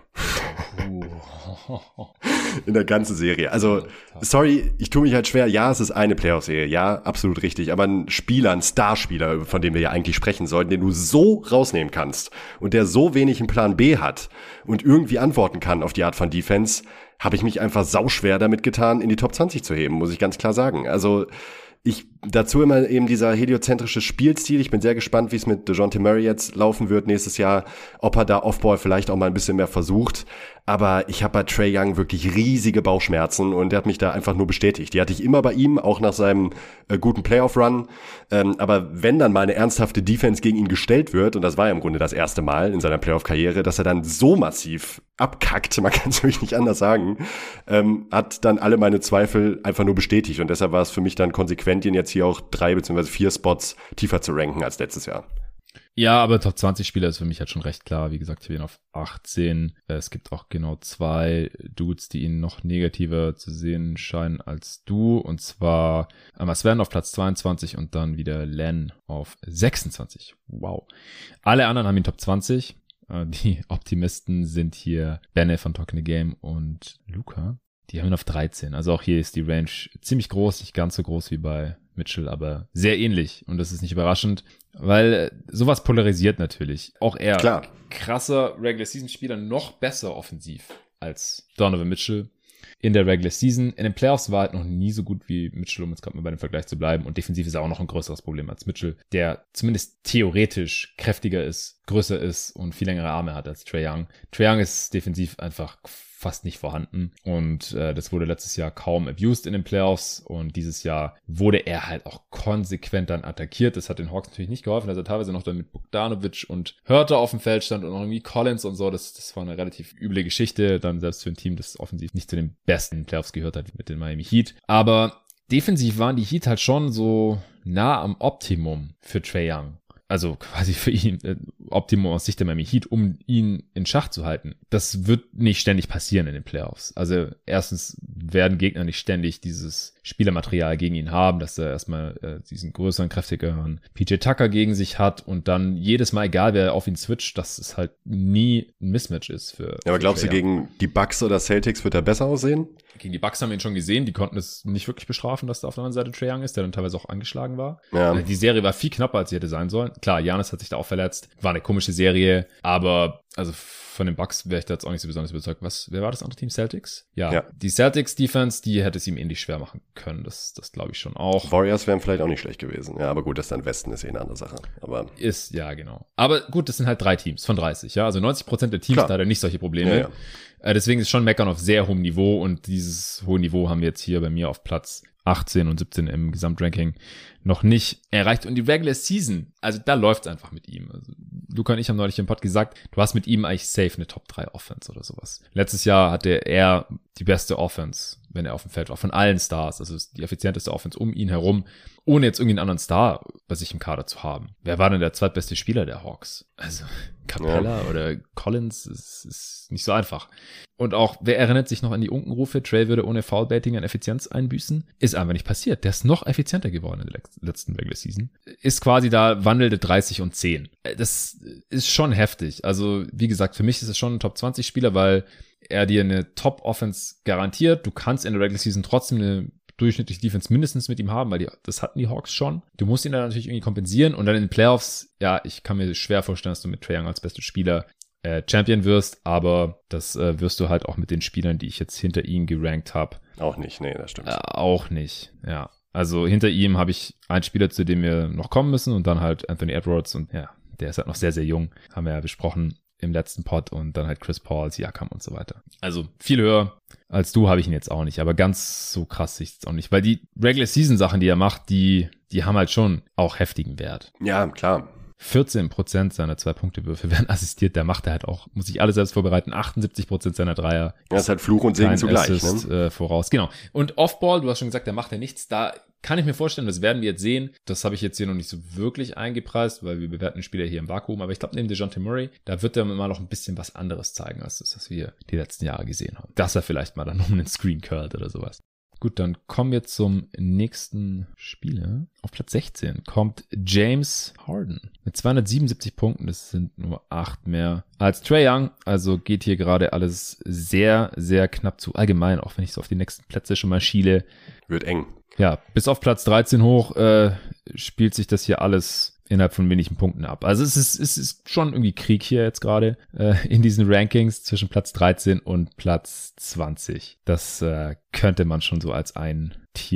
Uh. In der ganzen Serie. Also, sorry, ich tue mich halt schwer. Ja, es ist eine Playoff-Serie. Ja, absolut richtig. Aber ein Spieler, ein Starspieler, von dem wir ja eigentlich sprechen sollten, den du so rausnehmen kannst und der so wenig einen Plan B hat und irgendwie antworten kann auf die Art von Defense, habe ich mich einfach sauschwer damit getan, in die Top zwanzig zu heben, muss ich ganz klar sagen. Also, ich dazu immer eben dieser heliozentrische Spielstil. Ich bin sehr gespannt, wie es mit DeJounte Murray jetzt laufen wird nächstes Jahr, ob er da Offball vielleicht auch mal ein bisschen mehr versucht. Aber ich habe bei Trae Young wirklich riesige Bauchschmerzen und der hat mich da einfach nur bestätigt. Die hatte ich immer bei ihm, auch nach seinem äh, guten Playoff-Run. Ähm, aber wenn dann mal eine ernsthafte Defense gegen ihn gestellt wird, und das war ja im Grunde das erste Mal in seiner Playoff-Karriere, dass er dann so massiv abkackt, man kann es wirklich nicht anders sagen, ähm, hat dann alle meine Zweifel einfach nur bestätigt. Und deshalb war es für mich dann konsequent, ihn jetzt hier auch drei beziehungsweise vier Spots tiefer zu ranken als letztes Jahr. Ja, aber Top zwanzig Spieler ist für mich halt schon recht klar. Wie gesagt, ich habe ihn auf achtzehn. Es gibt auch genau zwei Dudes, die ihn noch negativer zu sehen scheinen als du. Und zwar einmal Sven auf Platz zweiundzwanzig und dann wieder Len auf sechsundzwanzig. Wow. Alle anderen haben ihn Top zwanzig. Die Optimisten sind hier Benne von Talking the Game und Luca. Die haben ihn auf dreizehn. Also auch hier ist die Range ziemlich groß, nicht ganz so groß wie bei Mitchell, aber sehr ähnlich. Und das ist nicht überraschend, weil sowas polarisiert natürlich. Auch er, Klar. Krasser Regular-Season-Spieler, noch besser offensiv als Donovan Mitchell in der Regular Season. In den Playoffs war halt noch nie so gut wie Mitchell, um jetzt gerade mal bei dem Vergleich zu bleiben. Und defensiv ist er auch noch ein größeres Problem als Mitchell, der zumindest theoretisch kräftiger ist, größer ist und viel längere Arme hat als Trae Young. Trae Young ist defensiv einfach fast nicht vorhanden und äh, das wurde letztes Jahr kaum abused in den Playoffs und dieses Jahr wurde er halt auch konsequent dann attackiert. Das hat den Hawks natürlich nicht geholfen, dass er teilweise noch dann mit Bogdanovic und Hörter auf dem Feld stand und auch irgendwie Collins und so. Das, das war eine relativ üble Geschichte, dann selbst für ein Team, das offensiv nicht zu den besten Playoffs gehört hat mit den Miami Heat. Aber defensiv waren die Heat halt schon so nah am Optimum für Trae Young. Also quasi für ihn äh, Optimum aus Sicht der Miami Heat, um ihn in Schach zu halten. Das wird nicht ständig passieren in den Playoffs. Also erstens werden Gegner nicht ständig dieses Spielermaterial gegen ihn haben, dass er erstmal äh, diesen größeren, kräftigeren P J Tucker gegen sich hat und dann jedes Mal, egal wer auf ihn switcht, dass es halt nie ein Mismatch ist für. Ja, aber glaubst du, gegen die Bucks oder Celtics wird er besser aussehen? Gegen die Bucks haben wir ihn schon gesehen, die konnten es nicht wirklich bestrafen, dass da auf der anderen Seite Trae Young ist, der dann teilweise auch angeschlagen war. Ja. Die Serie war viel knapper, als sie hätte sein sollen. Klar, Giannis hat sich da auch verletzt, war eine komische Serie, aber also von den Bucks wäre ich da jetzt auch nicht so besonders überzeugt. Was, wer war das andere Team? Celtics? Ja. ja. Die Celtics-Defense, die hätte es ihm ähnlich schwer machen können. Das, das glaube ich schon auch. Warriors wären vielleicht auch nicht schlecht gewesen. Ja, aber gut, das dann Westen ist eh eine andere Sache. Aber ist, ja, genau. Aber gut, das sind halt drei Teams von dreißig, ja. Also neunzig Prozent der Teams Klar. leider nicht solche Probleme. Ja, ja. Deswegen ist schon Meckern auf sehr hohem Niveau und dieses hohe Niveau haben wir jetzt hier bei mir auf Platz achtzehn und siebzehn im Gesamtranking noch nicht erreicht. Und die Regular Season, also da läuft's einfach mit ihm. Also Luca und ich haben neulich im Pod gesagt, du hast mit ihm eigentlich safe eine Top drei Offense oder sowas. Letztes Jahr hatte er die beste Offense, wenn er auf dem Feld war, von allen Stars. Also die effizienteste Offense um ihn herum, ohne jetzt irgendeinen anderen Star bei sich im Kader zu haben. Wer war denn der zweitbeste Spieler der Hawks? Also Capella ja. oder Collins ist, ist nicht so einfach. Und auch, wer erinnert sich noch an die Unkenrufe, Trae würde ohne Foulbaiting an Effizienz einbüßen? Ist einfach nicht passiert. Der ist noch effizienter geworden in der letzten Regular Season. Ist quasi da wandelte dreißig und zehn. Das ist schon heftig. Also, wie gesagt, für mich ist es schon ein Top zwanzig Spieler, weil er dir eine Top-Offense garantiert. Du kannst in der Regular Season trotzdem eine durchschnittliche Defense mindestens mit ihm haben, weil die, das hatten die Hawks schon. Du musst ihn dann natürlich irgendwie kompensieren und dann in den Playoffs, ja, ich kann mir schwer vorstellen, dass du mit Trae Young als bester Spieler äh, Champion wirst, aber das äh, wirst du halt auch mit den Spielern, die ich jetzt hinter ihm gerankt habe. Auch nicht, nee, das stimmt. Äh, auch nicht, ja. Also hinter ihm habe ich einen Spieler, zu dem wir noch kommen müssen und dann halt Anthony Edwards und ja, der ist halt noch sehr, sehr jung, haben wir ja besprochen im letzten Pod und dann halt Chris Paul, Siakam und so weiter. Also viel höher als du habe ich ihn jetzt auch nicht, aber ganz so krass sehe ich es auch nicht, weil die Regular-Season-Sachen, die er macht, die, die haben halt schon auch heftigen Wert. Ja, klar. vierzehn Prozent seiner Zwei-Punkte-Würfe werden assistiert, der macht er halt auch, muss sich alle selbst vorbereiten, achtundsiebzig Prozent seiner Dreier. Das ist halt Fluch und Segen zugleich, Assist, ne? Äh, voraus, genau. Und Off-Ball, du hast schon gesagt, der macht ja nichts, da kann ich mir vorstellen, das werden wir jetzt sehen. Das habe ich jetzt hier noch nicht so wirklich eingepreist, weil wir bewerten den Spieler hier im Vakuum. Aber ich glaube, neben DeJounte Murray, da wird er mal noch ein bisschen was anderes zeigen, als das, was wir die letzten Jahre gesehen haben. Dass er vielleicht mal dann um einen Screen curlt oder sowas. Gut, dann kommen wir zum nächsten Spieler. Auf Platz sechzehn kommt James Harden mit zweihundertsiebenundsiebzig Punkten. Das sind nur acht mehr als Trae Young. Also geht hier gerade alles sehr, sehr knapp zu. Allgemein, auch wenn ich so auf die nächsten Plätze schon mal schiele. Wird eng. Ja, bis auf Platz dreizehn hoch äh, spielt sich das hier alles innerhalb von wenigen Punkten ab. Also es ist, es ist schon irgendwie Krieg hier jetzt gerade äh, in diesen Rankings zwischen Platz dreizehn und Platz zwanzig. Das äh, könnte man schon so als ein Tier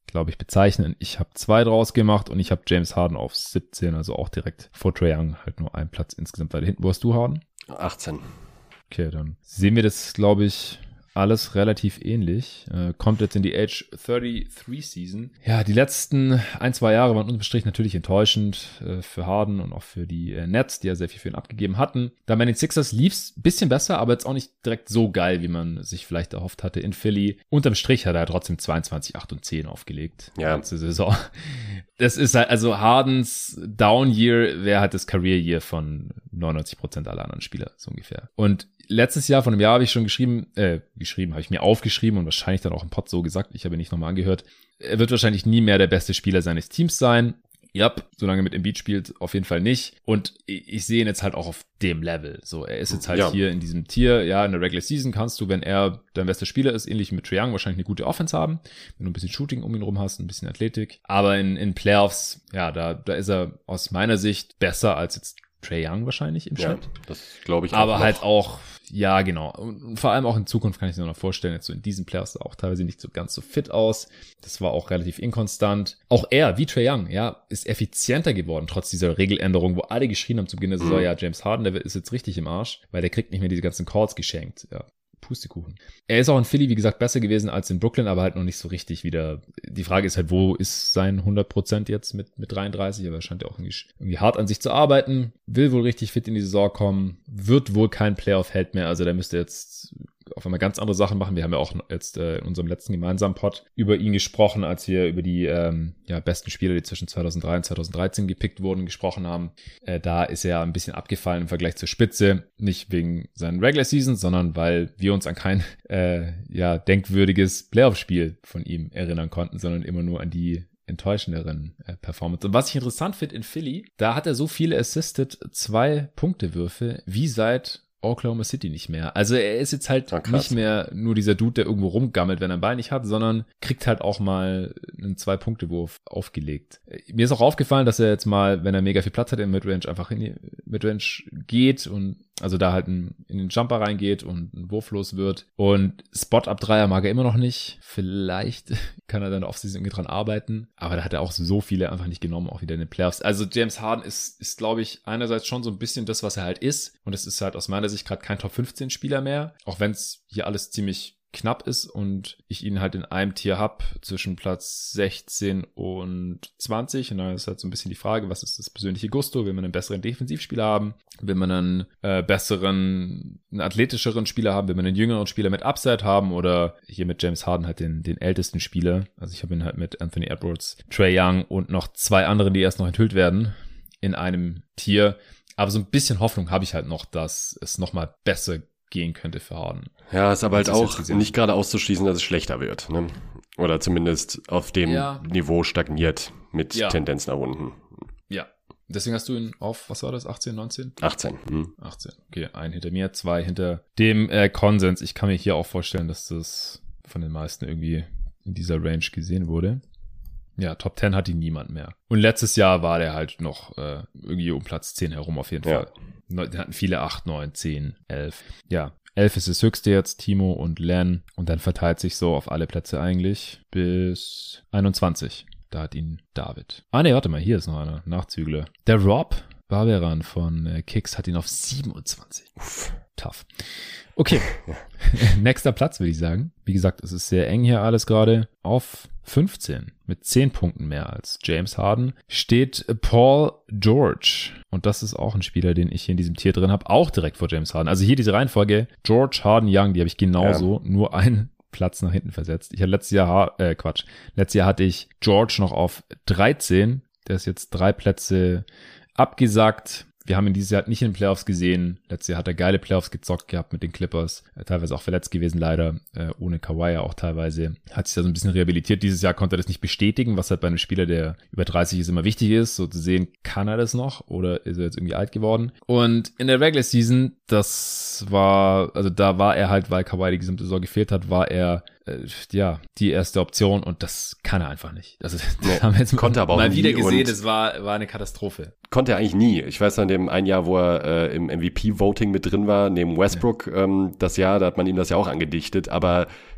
glaube ich, bezeichnen. Ich habe zwei draus gemacht und ich habe James Harden auf siebzehn, also auch direkt vor Trae Young, halt nur ein Platz insgesamt weiter hinten. Wo hast du Harden? achtzehn. Okay, dann sehen wir das, glaube ich, alles relativ ähnlich. Äh, kommt jetzt in die Age dreiunddreißig Season. Ja, die letzten ein, zwei Jahre waren unterm Strich natürlich enttäuschend äh, für Harden und auch für die äh, Nets, die ja sehr viel für ihn abgegeben hatten. Da bei den Sixers lief's ein bisschen besser, aber jetzt auch nicht direkt so geil, wie man sich vielleicht erhofft hatte in Philly. Unterm Strich hat er trotzdem zweiundzwanzig, acht und zehn aufgelegt. Ja. Ganze Saison. Das ist halt, also Hardens Down Year wäre halt das Career Year von neunundneunzig Prozent aller anderen Spieler, so ungefähr. Und letztes Jahr, von einem Jahr habe ich schon geschrieben, äh, geschrieben, habe ich mir aufgeschrieben und wahrscheinlich dann auch im Pod so gesagt, ich habe ihn nicht nochmal angehört, er wird wahrscheinlich nie mehr der beste Spieler seines Teams sein. Ja, solange er mit Embiid spielt, auf jeden Fall nicht. Und ich sehe ihn jetzt halt auch auf dem Level. So, er ist jetzt halt ja. hier in diesem Tier. Ja, in der Regular Season kannst du, wenn er dein bester Spieler ist, ähnlich wie mit Trae Young, wahrscheinlich eine gute Offense haben. Wenn du ein bisschen Shooting um ihn rum hast, ein bisschen Athletik. Aber in, in Playoffs, ja, da, da ist er aus meiner Sicht besser als jetzt Trae Young wahrscheinlich im Schnitt. Ja, das glaube ich auch. Aber noch. halt auch, ja, genau. Und vor allem auch in Zukunft kann ich mir noch vorstellen, jetzt so in diesen Playoffs auch teilweise nicht so ganz so fit aus. Das war auch relativ inkonstant. Auch er, wie Trae Young, ja, ist effizienter geworden, trotz dieser Regeländerung, wo alle geschrien haben zu Beginn der Saison, mhm. ja, James Harden, der ist jetzt richtig im Arsch, weil der kriegt nicht mehr diese ganzen Calls geschenkt, ja. Pustekuchen. Er ist auch in Philly, wie gesagt, besser gewesen als in Brooklyn, aber halt noch nicht so richtig wieder. Die Frage ist halt, wo ist sein hundert Prozent jetzt mit, mit dreiunddreißig? Aber er scheint ja auch irgendwie, irgendwie hart an sich zu arbeiten, will wohl richtig fit in die Saison kommen, wird wohl kein Playoff-Held mehr, also der müsste jetzt auf einmal ganz andere Sachen machen. Wir haben ja auch jetzt äh, in unserem letzten gemeinsamen Pod über ihn gesprochen, als wir über die ähm, ja, besten Spieler, die zwischen zweitausenddrei und zweitausenddreizehn gepickt wurden, gesprochen haben. Äh, da ist er ein bisschen abgefallen im Vergleich zur Spitze. Nicht wegen seinen Regular Season, sondern weil wir uns an kein äh, ja, denkwürdiges Playoff-Spiel von ihm erinnern konnten, sondern immer nur an die enttäuschenderen äh, Performance. Und was ich interessant finde in Philly, da hat er so viele Assisted Zwei-Punkte-Würfe wie seit Oklahoma City nicht mehr. Also er ist jetzt halt ja, nicht mehr nur dieser Dude, der irgendwo rumgammelt, wenn er einen Ball nicht hat, sondern kriegt halt auch mal einen Zwei-Punkte-Wurf aufgelegt. Mir ist auch aufgefallen, dass er jetzt mal, wenn er mega viel Platz hat im Midrange, einfach in die Midrange geht und also da halt in, in den Jumper reingeht und ein Wurf los wird. Und Spot-Up-Dreier mag er immer noch nicht. Vielleicht kann er dann Offseason irgendwie dran arbeiten. Aber da hat er auch so viele einfach nicht genommen, auch wieder in den Playoffs. Also James Harden ist, ist glaube ich, einerseits schon so ein bisschen das, was er halt ist. Und es ist halt aus meiner Sicht gerade kein Top fünfzehn Spieler mehr. Auch wenn es hier alles ziemlich knapp ist und ich ihn halt in einem Tier hab zwischen Platz sechzehn und zwanzig und dann ist halt so ein bisschen die Frage, was ist das persönliche Gusto? Will man einen besseren Defensivspieler haben? Will man einen äh, besseren, einen athletischeren Spieler haben? Will man einen jüngeren Spieler mit Upside haben? Oder hier mit James Harden halt den, den ältesten Spieler? Also ich habe ihn halt mit Anthony Edwards, Trae Young und noch zwei anderen, die erst noch enthüllt werden, in einem Tier. Aber so ein bisschen Hoffnung habe ich halt noch, dass es nochmal besser gehen könnte für Harden. Ja, ist aber halt auch nicht gerade auszuschließen, dass es schlechter wird, ne? Oder zumindest auf dem ja. Niveau stagniert mit ja. Tendenz nach unten. Ja, deswegen hast du ihn auf, was war das, achtzehn, neunzehn? achtzehn. Hm. achtzehn, okay, ein hinter mir, zwei hinter dem äh, Konsens. Ich kann mir hier auch vorstellen, dass das von den meisten irgendwie in dieser Range gesehen wurde. Ja, Top zehn hat ihn niemand mehr. Und letztes Jahr war der halt noch äh, irgendwie um Platz zehn herum auf jeden ja. Fall. Da hatten viele acht, neun, zehn, elf. Ja, elf ist das höchste jetzt, Timo und Len. Und dann verteilt sich so auf alle Plätze eigentlich bis einundzwanzig. Da hat ihn David. Ah ne, warte mal, hier ist noch einer. Nachzügler. Der Rob Barberan von äh, Kicks hat ihn auf siebenundzwanzig. Uff, tough. Okay, nächster Platz würde ich sagen. Wie gesagt, es ist sehr eng hier alles gerade. Auf fünfzehn mit zehn Punkten mehr als James Harden steht Paul George. Und das ist auch ein Spieler, den ich hier in diesem Tier drin habe, auch direkt vor James Harden. Also hier diese Reihenfolge, George, Harden, Young, die habe ich genauso, ja. nur einen Platz nach hinten versetzt. Ich hatte letztes Jahr, äh Quatsch, letztes Jahr hatte ich George noch auf dreizehn. Der ist jetzt drei Plätze abgesagt. Wir haben ihn dieses Jahr nicht in den Playoffs gesehen. Letztes Jahr hat er geile Playoffs gezockt gehabt mit den Clippers. Äh, teilweise auch verletzt gewesen, leider. Äh, ohne Kawhi auch teilweise. Hat sich da so ein bisschen rehabilitiert. Dieses Jahr konnte er das nicht bestätigen, was halt bei einem Spieler, der über dreißig ist, immer wichtig ist. So zu sehen, kann er das noch oder ist er jetzt irgendwie alt geworden? Und in der Regular Season, das war, also da war er halt, weil Kawhi die gesamte Saison gefehlt hat, war er ja, die erste Option und das kann er einfach nicht. Also das nee, haben wir jetzt konnte aber auch mal nie wieder gesehen, das war, war eine Katastrophe. Konnte er eigentlich nie. Ich weiß an dem ein Jahr, wo er äh, im M V P-Voting mit drin war, neben Westbrook, ja. ähm, das Jahr, da hat man ihm das ja auch angedichtet, aber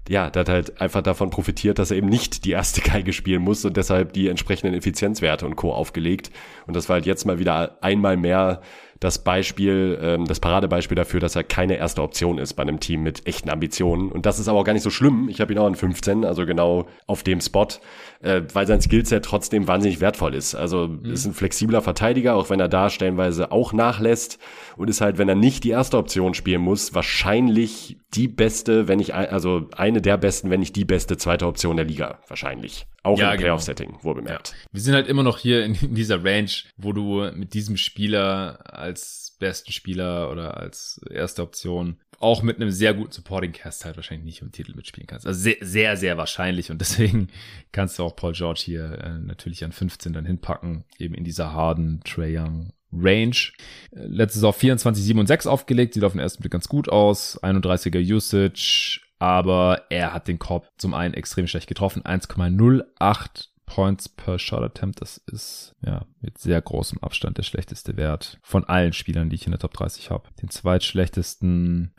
ja, der hat halt einfach davon profitiert, dass er eben nicht die erste Geige spielen muss und deshalb die entsprechenden Effizienzwerte und Co. aufgelegt. Und das war halt jetzt mal wieder einmal mehr das Beispiel, ähm, das Paradebeispiel dafür, dass er keine erste Option ist bei einem Team mit echten Ambitionen. Und das ist aber auch gar nicht so schlimm. Ich habe ihn auch an fünfzehn, also genau auf dem Spot, äh, weil sein Skillset trotzdem wahnsinnig wertvoll ist. Also mhm. ist ein flexibler Verteidiger, auch wenn er da stellenweise auch nachlässt und ist halt, wenn er nicht die erste Option spielen muss, wahrscheinlich die beste, wenn nicht, also eine der besten, wenn nicht die beste zweite Option der Liga, wahrscheinlich. Auch ja, im Playoff-Setting, wohl bemerkt. Ja. Wir sind halt immer noch hier in, in dieser Range, wo du mit diesem Spieler als besten Spieler oder als erste Option auch mit einem sehr guten Supporting Cast halt wahrscheinlich nicht um den Titel mitspielen kannst. Also sehr, sehr, sehr wahrscheinlich und deswegen kannst du auch Paul George hier äh, natürlich an fünfzehn dann hinpacken, eben in dieser harden Trae Young Range. Letztes Saison vierundzwanzig, sieben und sechs aufgelegt, sieht auf den ersten Blick ganz gut aus, einunddreißiger Usage, aber er hat den Korb zum einen extrem schlecht getroffen, eins Komma null acht Points per Shot Attempt, das ist ja mit sehr großem Abstand der schlechteste Wert von allen Spielern, die ich in der Top dreißig habe. Den zweitschlechtesten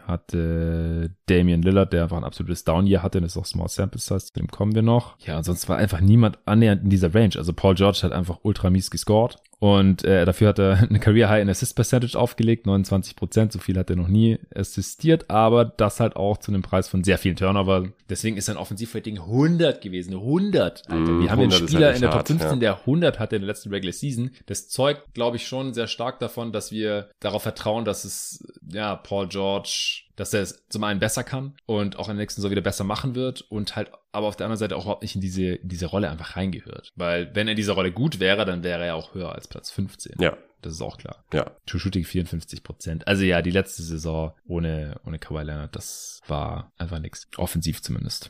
hatte Damian Lillard, der einfach ein absolutes Down-Year hatte, das ist auch Small Sample Size, zu dem kommen wir noch. Ja, und sonst war einfach niemand annähernd in dieser Range, also Paul George hat einfach ultra mies gescored. Und äh, dafür hat er eine Career High in Assist Percentage aufgelegt, neunundzwanzig Prozent, so viel hat er noch nie assistiert, aber das halt auch zu einem Preis von sehr vielen Turnover. Deswegen ist sein Offensivrating hundert gewesen, hundert. Alter, wir mm, haben einen Spieler halt in der Top fünfzehn, ja. der hundert hatte in der letzten Regular Season. Das zeugt, glaube ich, schon sehr stark davon, dass wir darauf vertrauen, dass es, ja, Paul George, dass er es zum einen besser kann und auch in der nächsten Saison wieder besser machen wird und halt aber auf der anderen Seite auch überhaupt nicht in diese, in diese Rolle einfach reingehört. Weil wenn er in dieser Rolle gut wäre, dann wäre er auch höher als Platz fünfzehn. Ja. Das ist auch klar. Ja. True Shooting vierundfünfzig Prozent. Also ja, die letzte Saison ohne, ohne Kawhi Leonard, das war einfach nix. Offensiv zumindest.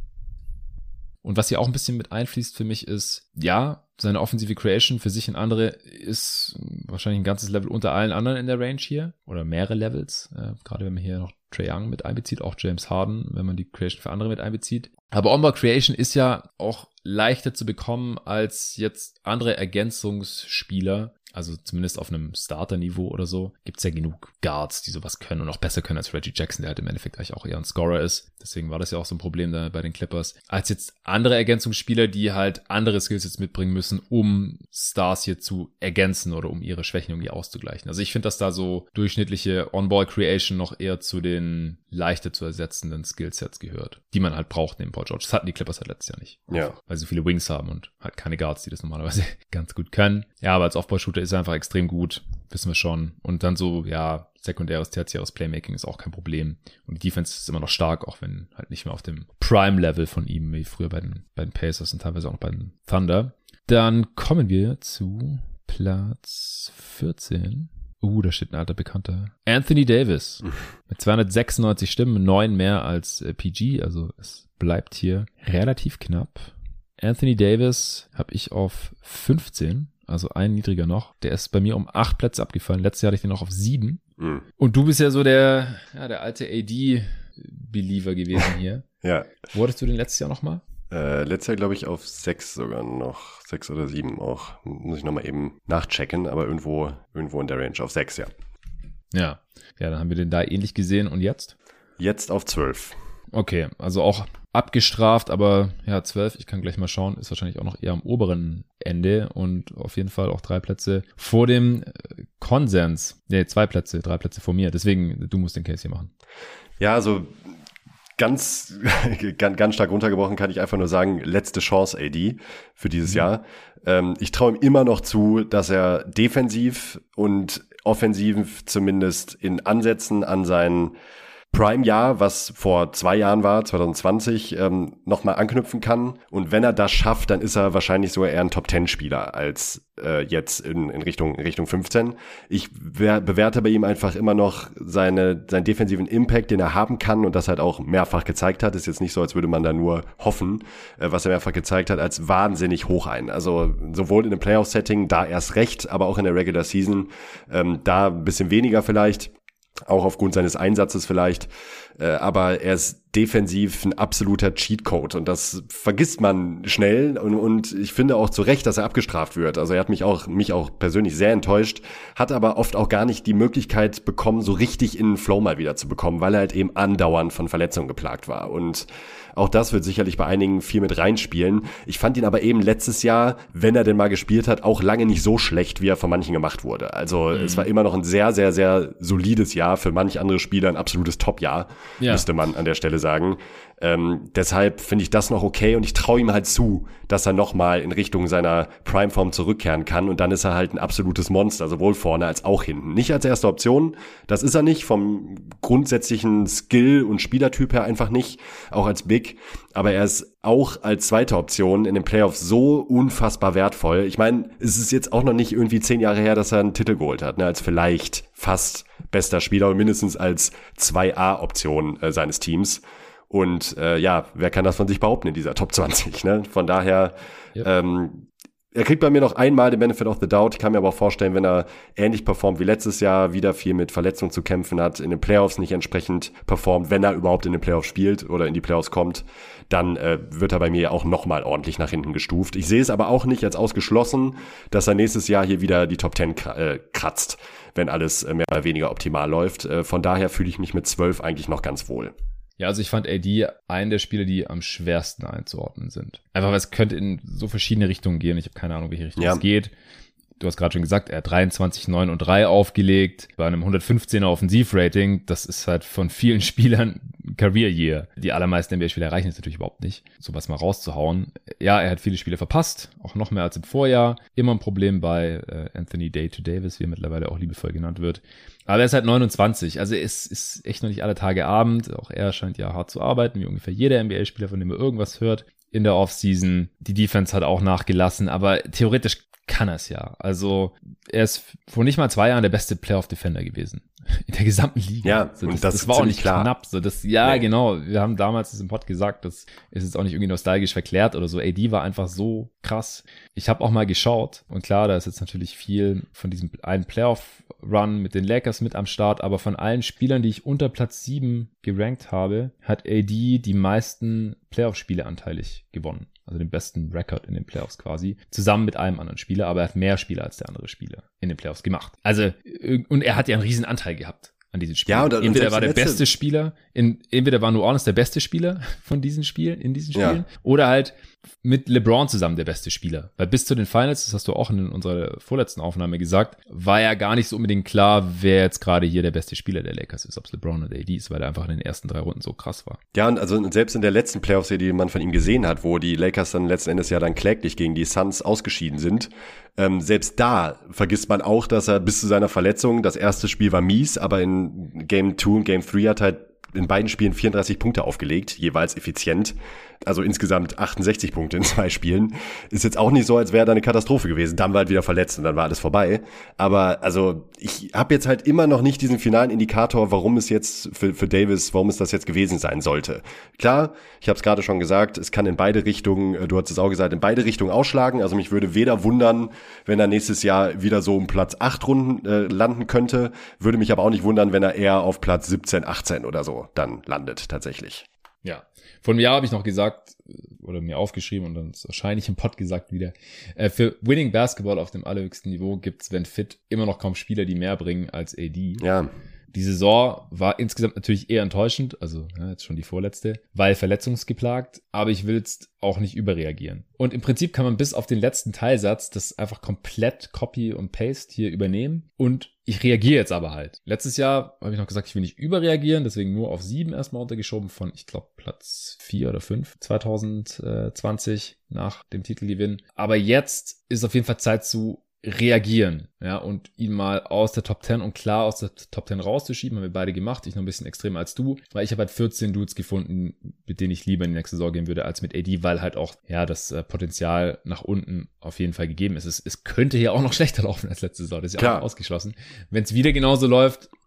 Und was hier auch ein bisschen mit einfließt für mich ist, ja, seine offensive Creation für sich und andere ist wahrscheinlich ein ganzes Level unter allen anderen in der Range hier. Oder mehrere Levels. Äh, gerade wenn man hier noch Trae Young mit einbezieht, auch James Harden, wenn man die Creation für andere mit einbezieht. Aber On-Ball Creation ist ja auch leichter zu bekommen als jetzt andere Ergänzungsspieler. Also zumindest auf einem Starter-Niveau oder so gibt's ja genug Guards, die sowas können und auch besser können als Reggie Jackson, der halt im Endeffekt eigentlich auch eher ein Scorer ist. Deswegen war das ja auch so ein Problem da bei den Clippers. Als jetzt andere Ergänzungsspieler, die halt andere Skills jetzt mitbringen müssen, um Stars hier zu ergänzen oder um ihre Schwächen irgendwie auszugleichen. Also ich finde, dass da so durchschnittliche On-Ball-Creation noch eher zu den leichter zu ersetzenden Skillsets gehört, die man halt braucht neben Paul George. Das hatten die Clippers halt letztes Jahr nicht. Ja. Weil sie so viele Wings haben und halt keine Guards, die das normalerweise ganz gut können. Ja, aber als Off-Ball-Shooter ist er einfach extrem gut, wissen wir schon. Und dann so, ja, sekundäres, tertiäres Playmaking ist auch kein Problem. Und die Defense ist immer noch stark, auch wenn halt nicht mehr auf dem Prime-Level von ihm, wie früher bei den, bei den Pacers und teilweise auch noch bei den Thunder. Dann kommen wir zu Platz vierzehn. Uh, da steht ein alter Bekannter. Anthony Davis. Mit zweihundertsechsundneunzig Stimmen, neun mehr als äh, P G. Also es bleibt hier relativ knapp. Anthony Davis habe ich auf fünfzehn. Also ein niedriger noch. Der ist bei mir um acht Plätze abgefallen. Letztes Jahr hatte ich den noch auf sieben. Mhm. Und du bist ja so der, ja, der alte A D-Believer gewesen hier. Ja. Wo hattest du den letztes Jahr nochmal? Äh, letztes Jahr glaube ich auf sechs sogar noch. Sechs oder sieben auch. Muss ich nochmal eben nachchecken, aber irgendwo, irgendwo in der Range auf sechs, ja. Ja. Ja, dann haben wir den da ähnlich gesehen. Und jetzt? Jetzt auf zwölf. Okay, also auch abgestraft, aber ja, zwölf, ich kann gleich mal schauen, ist wahrscheinlich auch noch eher am oberen Ende und auf jeden Fall auch drei Plätze vor dem Konsens. Nee, zwei Plätze, drei Plätze vor mir. Deswegen, du musst den Case hier machen. Ja, also ganz, ganz, ganz stark runtergebrochen kann ich einfach nur sagen, letzte Chance A D für dieses mhm. Jahr. Ähm, ich traue ihm immer noch zu, dass er defensiv und offensiv zumindest in Ansätzen an seinen Prime-Jahr, was vor zwei Jahren war, zwanzig zwanzig, ähm, nochmal anknüpfen kann. Und wenn er das schafft, dann ist er wahrscheinlich sogar eher ein Top-Zehn-Spieler als äh, jetzt in, in Richtung in Richtung fünfzehn. Ich wer, bewerte bei ihm einfach immer noch seine seinen defensiven Impact, den er haben kann und das halt auch mehrfach gezeigt hat. Ist jetzt nicht so, als würde man da nur hoffen, äh, was er mehrfach gezeigt hat, als wahnsinnig hoch ein. Also sowohl in einem Playoff-Setting, da erst recht, aber auch in der Regular Season, ähm, da ein bisschen weniger vielleicht. Auch aufgrund seines Einsatzes vielleicht. Äh, aber er ist defensiv ein absoluter Cheatcode und das vergisst man schnell und, und ich finde auch zu Recht, dass er abgestraft wird. Also er hat mich auch, mich auch persönlich sehr enttäuscht, hat aber oft auch gar nicht die Möglichkeit bekommen, so richtig in den Flow mal wieder zu bekommen, weil er halt eben andauernd von Verletzungen geplagt war und auch das wird sicherlich bei einigen viel mit reinspielen. Ich fand ihn aber eben letztes Jahr, wenn er denn mal gespielt hat, auch lange nicht so schlecht, wie er von manchen gemacht wurde. Also mhm. es war immer noch ein sehr, sehr, sehr solides Jahr. Für manch andere Spieler ein absolutes Top-Jahr, ja. müsste man an der Stelle sagen. Ähm, deshalb finde ich das noch okay und ich traue ihm halt zu, dass er nochmal in Richtung seiner Prime-Form zurückkehren kann und dann ist er halt ein absolutes Monster, sowohl vorne als auch hinten. Nicht als erste Option, das ist er nicht, vom grundsätzlichen Skill und Spielertyp her einfach nicht, auch als Big, aber er ist auch als zweite Option in den Playoffs so unfassbar wertvoll. Ich meine, es ist jetzt auch noch nicht irgendwie zehn Jahre her, dass er einen Titel geholt hat, ne, als vielleicht fast bester Spieler und mindestens als zwei A-Option äh, seines Teams. Und äh, ja, wer kann das von sich behaupten in dieser Top zwanzig? Ne? Von daher, yep. ähm, er kriegt bei mir noch einmal den Benefit of the Doubt. Ich kann mir aber auch vorstellen, wenn er ähnlich performt wie letztes Jahr, wieder viel mit Verletzungen zu kämpfen hat, in den Playoffs nicht entsprechend performt, wenn er überhaupt in den Playoffs spielt oder in die Playoffs kommt, dann äh, wird er bei mir auch nochmal ordentlich nach hinten gestuft. Ich sehe es aber auch nicht als ausgeschlossen, dass er nächstes Jahr hier wieder die Top zehn äh, kratzt, wenn alles äh, mehr oder weniger optimal läuft. Äh, von daher fühle ich mich mit zwölf eigentlich noch ganz wohl. Ja, also ich fand A D einen der Spiele, die am schwersten einzuordnen sind. Einfach, weil es könnte in so verschiedene Richtungen gehen. Ich habe keine Ahnung, welche Richtung ja. es geht. Du hast gerade schon gesagt, er hat dreiundzwanzig, neun und drei aufgelegt. Bei einem hundertfünfzehner Offensivrating, das ist halt von vielen Spielern Career Year. Die allermeisten N B A-Spieler erreichen es natürlich überhaupt nicht, sowas mal rauszuhauen. Ja, er hat viele Spiele verpasst, auch noch mehr als im Vorjahr. Immer ein Problem bei äh, Anthony Day-to-Davis, wie er mittlerweile auch liebevoll genannt wird. Aber er ist halt neunundzwanzig, also es ist echt noch nicht alle Tage Abend. Auch er scheint ja hart zu arbeiten, wie ungefähr jeder N B A-Spieler, von dem er irgendwas hört in der Offseason. Die Defense hat auch nachgelassen, aber theoretisch kann er es ja. Also er ist vor nicht mal zwei Jahren der beste Playoff-Defender gewesen. In der gesamten Liga. Ja, so, das, und das, das war auch nicht klar. knapp. So, das, ja, nee. genau. Wir haben damals das im Pod gesagt, das ist jetzt auch nicht irgendwie nostalgisch verklärt oder so. A D war einfach so krass. Ich habe auch mal geschaut und klar, da ist jetzt natürlich viel von diesem einen Playoff-Run mit den Lakers mit am Start, aber von allen Spielern, die ich unter Platz sieben gerankt habe, hat A D die meisten Playoff-Spiele anteilig gewonnen. Also den besten Rekord in den Playoffs quasi, zusammen mit einem anderen Spieler, aber er hat mehr Spiele als der andere Spieler in den Playoffs gemacht. Also, und er hat ja einen riesen Anteil gehabt an diesen Spielen. Ja, und, entweder und war der letzte... beste Spieler, in, entweder war New Orleans der beste Spieler von diesen Spielen, in diesen Spielen, ja. oder halt mit LeBron zusammen der beste Spieler. Weil bis zu den Finals, das hast du auch in unserer vorletzten Aufnahme gesagt, war ja gar nicht so unbedingt klar, wer jetzt gerade hier der beste Spieler der Lakers ist, ob es LeBron oder A D ist, weil er einfach in den ersten drei Runden so krass war. Ja, und also selbst in der letzten Playoff-Serie, die man von ihm gesehen hat, wo die Lakers dann letzten Endes ja dann kläglich gegen die Suns ausgeschieden sind, ähm, selbst da vergisst man auch, dass er bis zu seiner Verletzung, das erste Spiel war mies, aber in Game zwei und Game drei hat halt in beiden Spielen vierunddreißig Punkte aufgelegt, jeweils effizient. Also insgesamt achtundsechzig Punkte in zwei Spielen. Ist jetzt auch nicht so, als wäre da eine Katastrophe gewesen. Dann war halt wieder verletzt und dann war alles vorbei. Aber also ich habe jetzt halt immer noch nicht diesen finalen Indikator, warum es jetzt für, für Davis, warum es das jetzt gewesen sein sollte. Klar, ich habe es gerade schon gesagt, es kann in beide Richtungen, du hast es auch gesagt, in beide Richtungen ausschlagen. Also mich würde weder wundern, wenn er nächstes Jahr wieder so um Platz acht Runden äh, landen könnte. Würde mich aber auch nicht wundern, wenn er eher auf Platz siebzehn, achtzehn oder so dann landet tatsächlich. Ja, vor einem Jahr habe ich noch gesagt, oder mir aufgeschrieben und dann ist wahrscheinlich im Pod gesagt wieder, äh, für Winning Basketball auf dem allerhöchsten Niveau gibt's, wenn fit, immer noch kaum Spieler, die mehr bringen als A D. Ja. Die Saison war insgesamt natürlich eher enttäuschend, also ja, jetzt schon die vorletzte, weil verletzungsgeplagt, aber ich will jetzt auch nicht überreagieren. Und im Prinzip kann man bis auf den letzten Teilsatz das einfach komplett Copy und Paste hier übernehmen und ich reagiere jetzt aber halt. Letztes Jahr habe ich noch gesagt, ich will nicht überreagieren, deswegen nur auf sieben erstmal untergeschoben von, ich glaube, Platz vier oder fünf zwanzig zwanzig nach dem Titelgewinn. Aber jetzt ist auf jeden Fall Zeit zu reagieren, ja, und ihn mal aus der Top zehn und klar aus der Top zehn rauszuschieben, haben wir beide gemacht. Ich noch ein bisschen extremer als du, weil ich habe halt vierzehn Dudes gefunden, mit denen ich lieber in die nächste Saison gehen würde als mit A D, weil halt auch, ja, das äh, Potenzial nach unten auf jeden Fall gegeben ist. Es, es könnte hier auch noch schlechter laufen als letzte Saison, das ist ja klar. auch nicht ausgeschlossen. Wenn es wieder genauso läuft,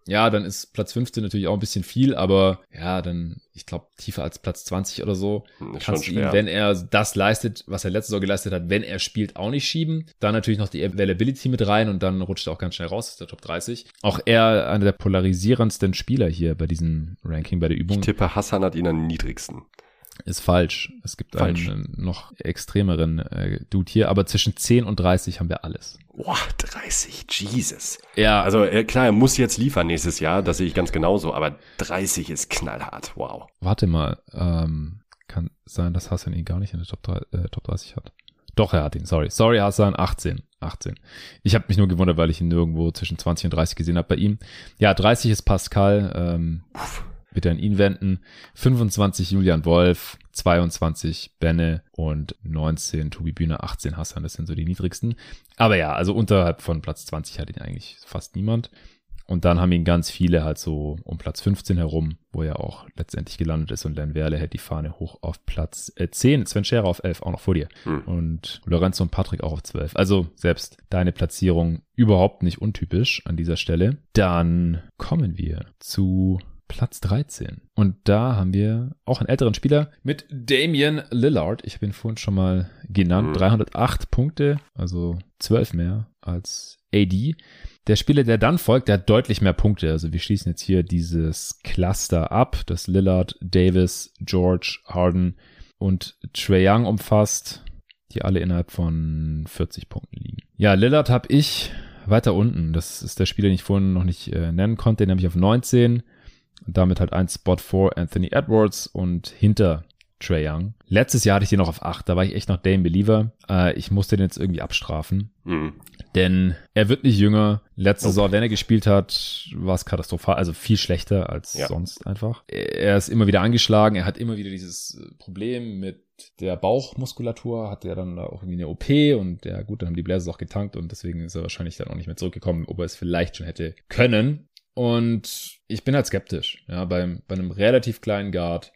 ja, dann ist Platz fünfzehn natürlich auch ein bisschen viel, aber ja, dann, ich glaube, tiefer als Platz zwanzig oder so, ist kannst schon du ihn, schwer. wenn er das leistet, was er letzte Saison geleistet hat, wenn er spielt, auch nicht schieben. Dann natürlich noch die Availability mit rein und dann rutscht er auch ganz schnell raus aus der Top dreißig. Auch er einer der polarisierendsten Spieler hier bei diesem Ranking, bei der Übung. Ich tippe, Hassan hat ihn am niedrigsten. Ist falsch. Es gibt Falsch. einen noch extremeren äh, Dude hier, aber zwischen zehn und dreißig haben wir alles. Boah, dreißig, Jesus. Ja, Also äh, klar, er muss jetzt liefern nächstes Jahr, das sehe ich ganz genauso, aber dreißig ist knallhart, wow. warte mal, ähm, kann sein, dass Hassan ihn gar nicht in der Top, drei, äh, Top dreißig hat. Doch, er hat ihn, sorry. Sorry, Hassan, achtzehn. achtzehn. Ich habe mich nur gewundert, weil ich ihn nirgendwo zwischen zwanzig und dreißig gesehen habe bei ihm. Ja, dreißig ist Pascal, ähm, bitte an ihn wenden. fünfundzwanzig Julian Wolf, zweiundzwanzig Benne und neunzehn Tobi Bühner, achtzehn Hassan, das sind so die niedrigsten. Aber ja, also unterhalb von Platz zwanzig hat ihn eigentlich fast niemand. Und dann haben ihn ganz viele halt so um Platz fünfzehn herum, wo er auch letztendlich gelandet ist. Und Len Werle hält die Fahne hoch auf Platz äh, zehn. Sven Scherer auf elf, auch noch vor dir. Hm. Und Lorenzo und Patrick auch auf zwölf. Also selbst deine Platzierung überhaupt nicht untypisch an dieser Stelle. Dann kommen wir zu Platz dreizehn. Und da haben wir auch einen älteren Spieler mit Damian Lillard. Ich habe ihn vorhin schon mal genannt. Hm. dreihundertacht Punkte, also zwölf mehr als A D. Der Spieler, der dann folgt, der hat deutlich mehr Punkte. Also wir schließen jetzt hier dieses Cluster ab, das Lillard, Davis, George, Harden und Trae Young umfasst, die alle innerhalb von vierzig Punkten liegen. Ja, Lillard habe ich weiter unten. Das ist der Spieler, den ich vorhin noch nicht äh, nennen konnte. Den habe ich auf neunzehn. Und damit halt ein Spot vor Anthony Edwards und hinter Trae Young. Letztes Jahr hatte ich den noch auf acht. Da war ich echt noch Dame Believer. Äh, ich musste den jetzt irgendwie abstrafen. Mhm. Denn er wird nicht jünger. Letzte okay. Saison, wenn er gespielt hat, war es katastrophal. Also viel schlechter als ja. sonst einfach. Er ist immer wieder angeschlagen. Er hat immer wieder dieses Problem mit der Bauchmuskulatur. Hat er dann auch irgendwie eine O P. Und ja gut, dann haben die Blazers auch getankt. Und deswegen ist er wahrscheinlich dann auch nicht mehr zurückgekommen, ob er es vielleicht schon hätte können. Und ich bin halt skeptisch. Ja, beim, bei einem relativ kleinen Guard,